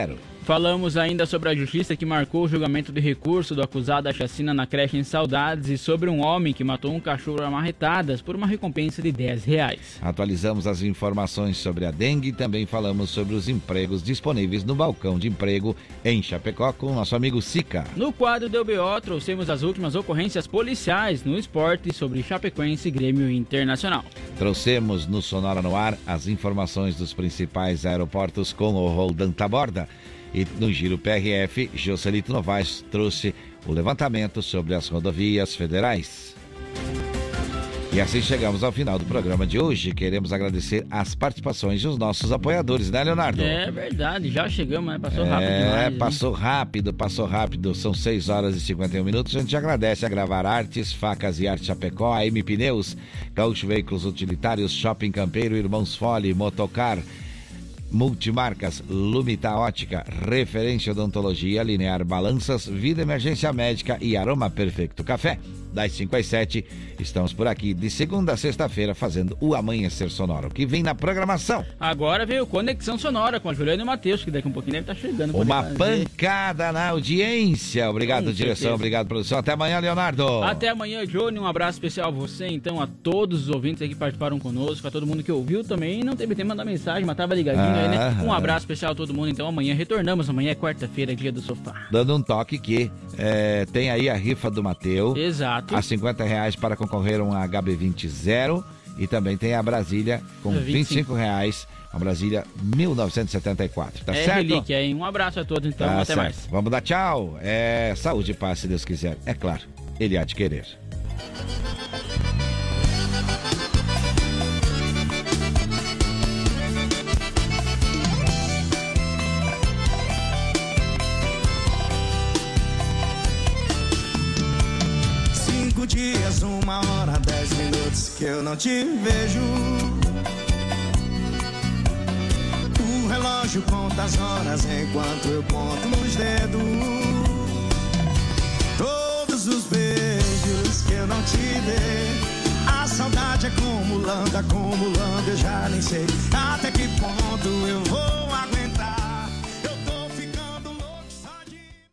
Falamos ainda sobre a justiça que marcou o julgamento de recurso do acusado da chacina na creche em Saudades e sobre um homem que matou um cachorro a marretadas por uma recompensa de R$10. Atualizamos as informações sobre a dengue e também falamos sobre os empregos disponíveis no balcão de emprego em Chapecó com o nosso amigo Sica. No quadro do BO, trouxemos as últimas ocorrências policiais no esporte sobre Chapecoense e Grêmio Internacional. Trouxemos no Sonora no Ar as informações dos principais aeroportos com o Roldan Taborda. E no Giro PRF, Joselito Novaes trouxe o levantamento sobre as rodovias federais. E assim chegamos ao final do programa de hoje. Queremos agradecer as participações dos nossos apoiadores, né, Leonardo? É verdade, já chegamos, né? Passou rápido demais. Passou rápido. São 6 horas e 51 minutos. A gente agradece a Gravar Artes, Facas e Arte Chapecó, a M Pneus, Gaúcho Veículos Utilitários, Shopping Campeiro, Irmãos Fole, Motocar, Multimarcas, Lumita Ótica, Referência Odontologia, Linear Balanças, Vida Emergência Médica e Aroma Perfeito Café. Das 5 às 7, estamos por aqui de segunda a sexta-feira fazendo o Amanhecer Sonora, o que vem na programação. Agora veio Conexão Sonora com a Juliana e o Matheus, que daqui um pouquinho deve estar chegando. Uma pancada na audiência. Obrigado, direção, obrigado, produção. Até amanhã, Leonardo. Até amanhã, Johnny. Um abraço especial a você, então, a todos os ouvintes aí que participaram conosco, a todo mundo que ouviu também. Não teve tempo de mandar mensagem, mas tava ligadinho aí, né? Um abraço especial a todo mundo. Então, amanhã retornamos. Amanhã é quarta-feira, dia do sofá. Dando um toque que tem aí a rifa do Mateus. Exato. A R$50 para concorrer a um HB20 Zero. E também tem a Brasília com R$25. A Brasília 1974. Tá certo? Relíquia, hein? Um abraço a todos, então. Até certo. mais. Vamos dar tchau. Saúde e paz, se Deus quiser. É claro, Ele há de querer. Dias, 1 hora, 10 minutos que eu não te vejo. O relógio conta as horas enquanto eu conto nos dedos. Todos os beijos que eu não te dei. A saudade acumulando, eu já nem sei até que ponto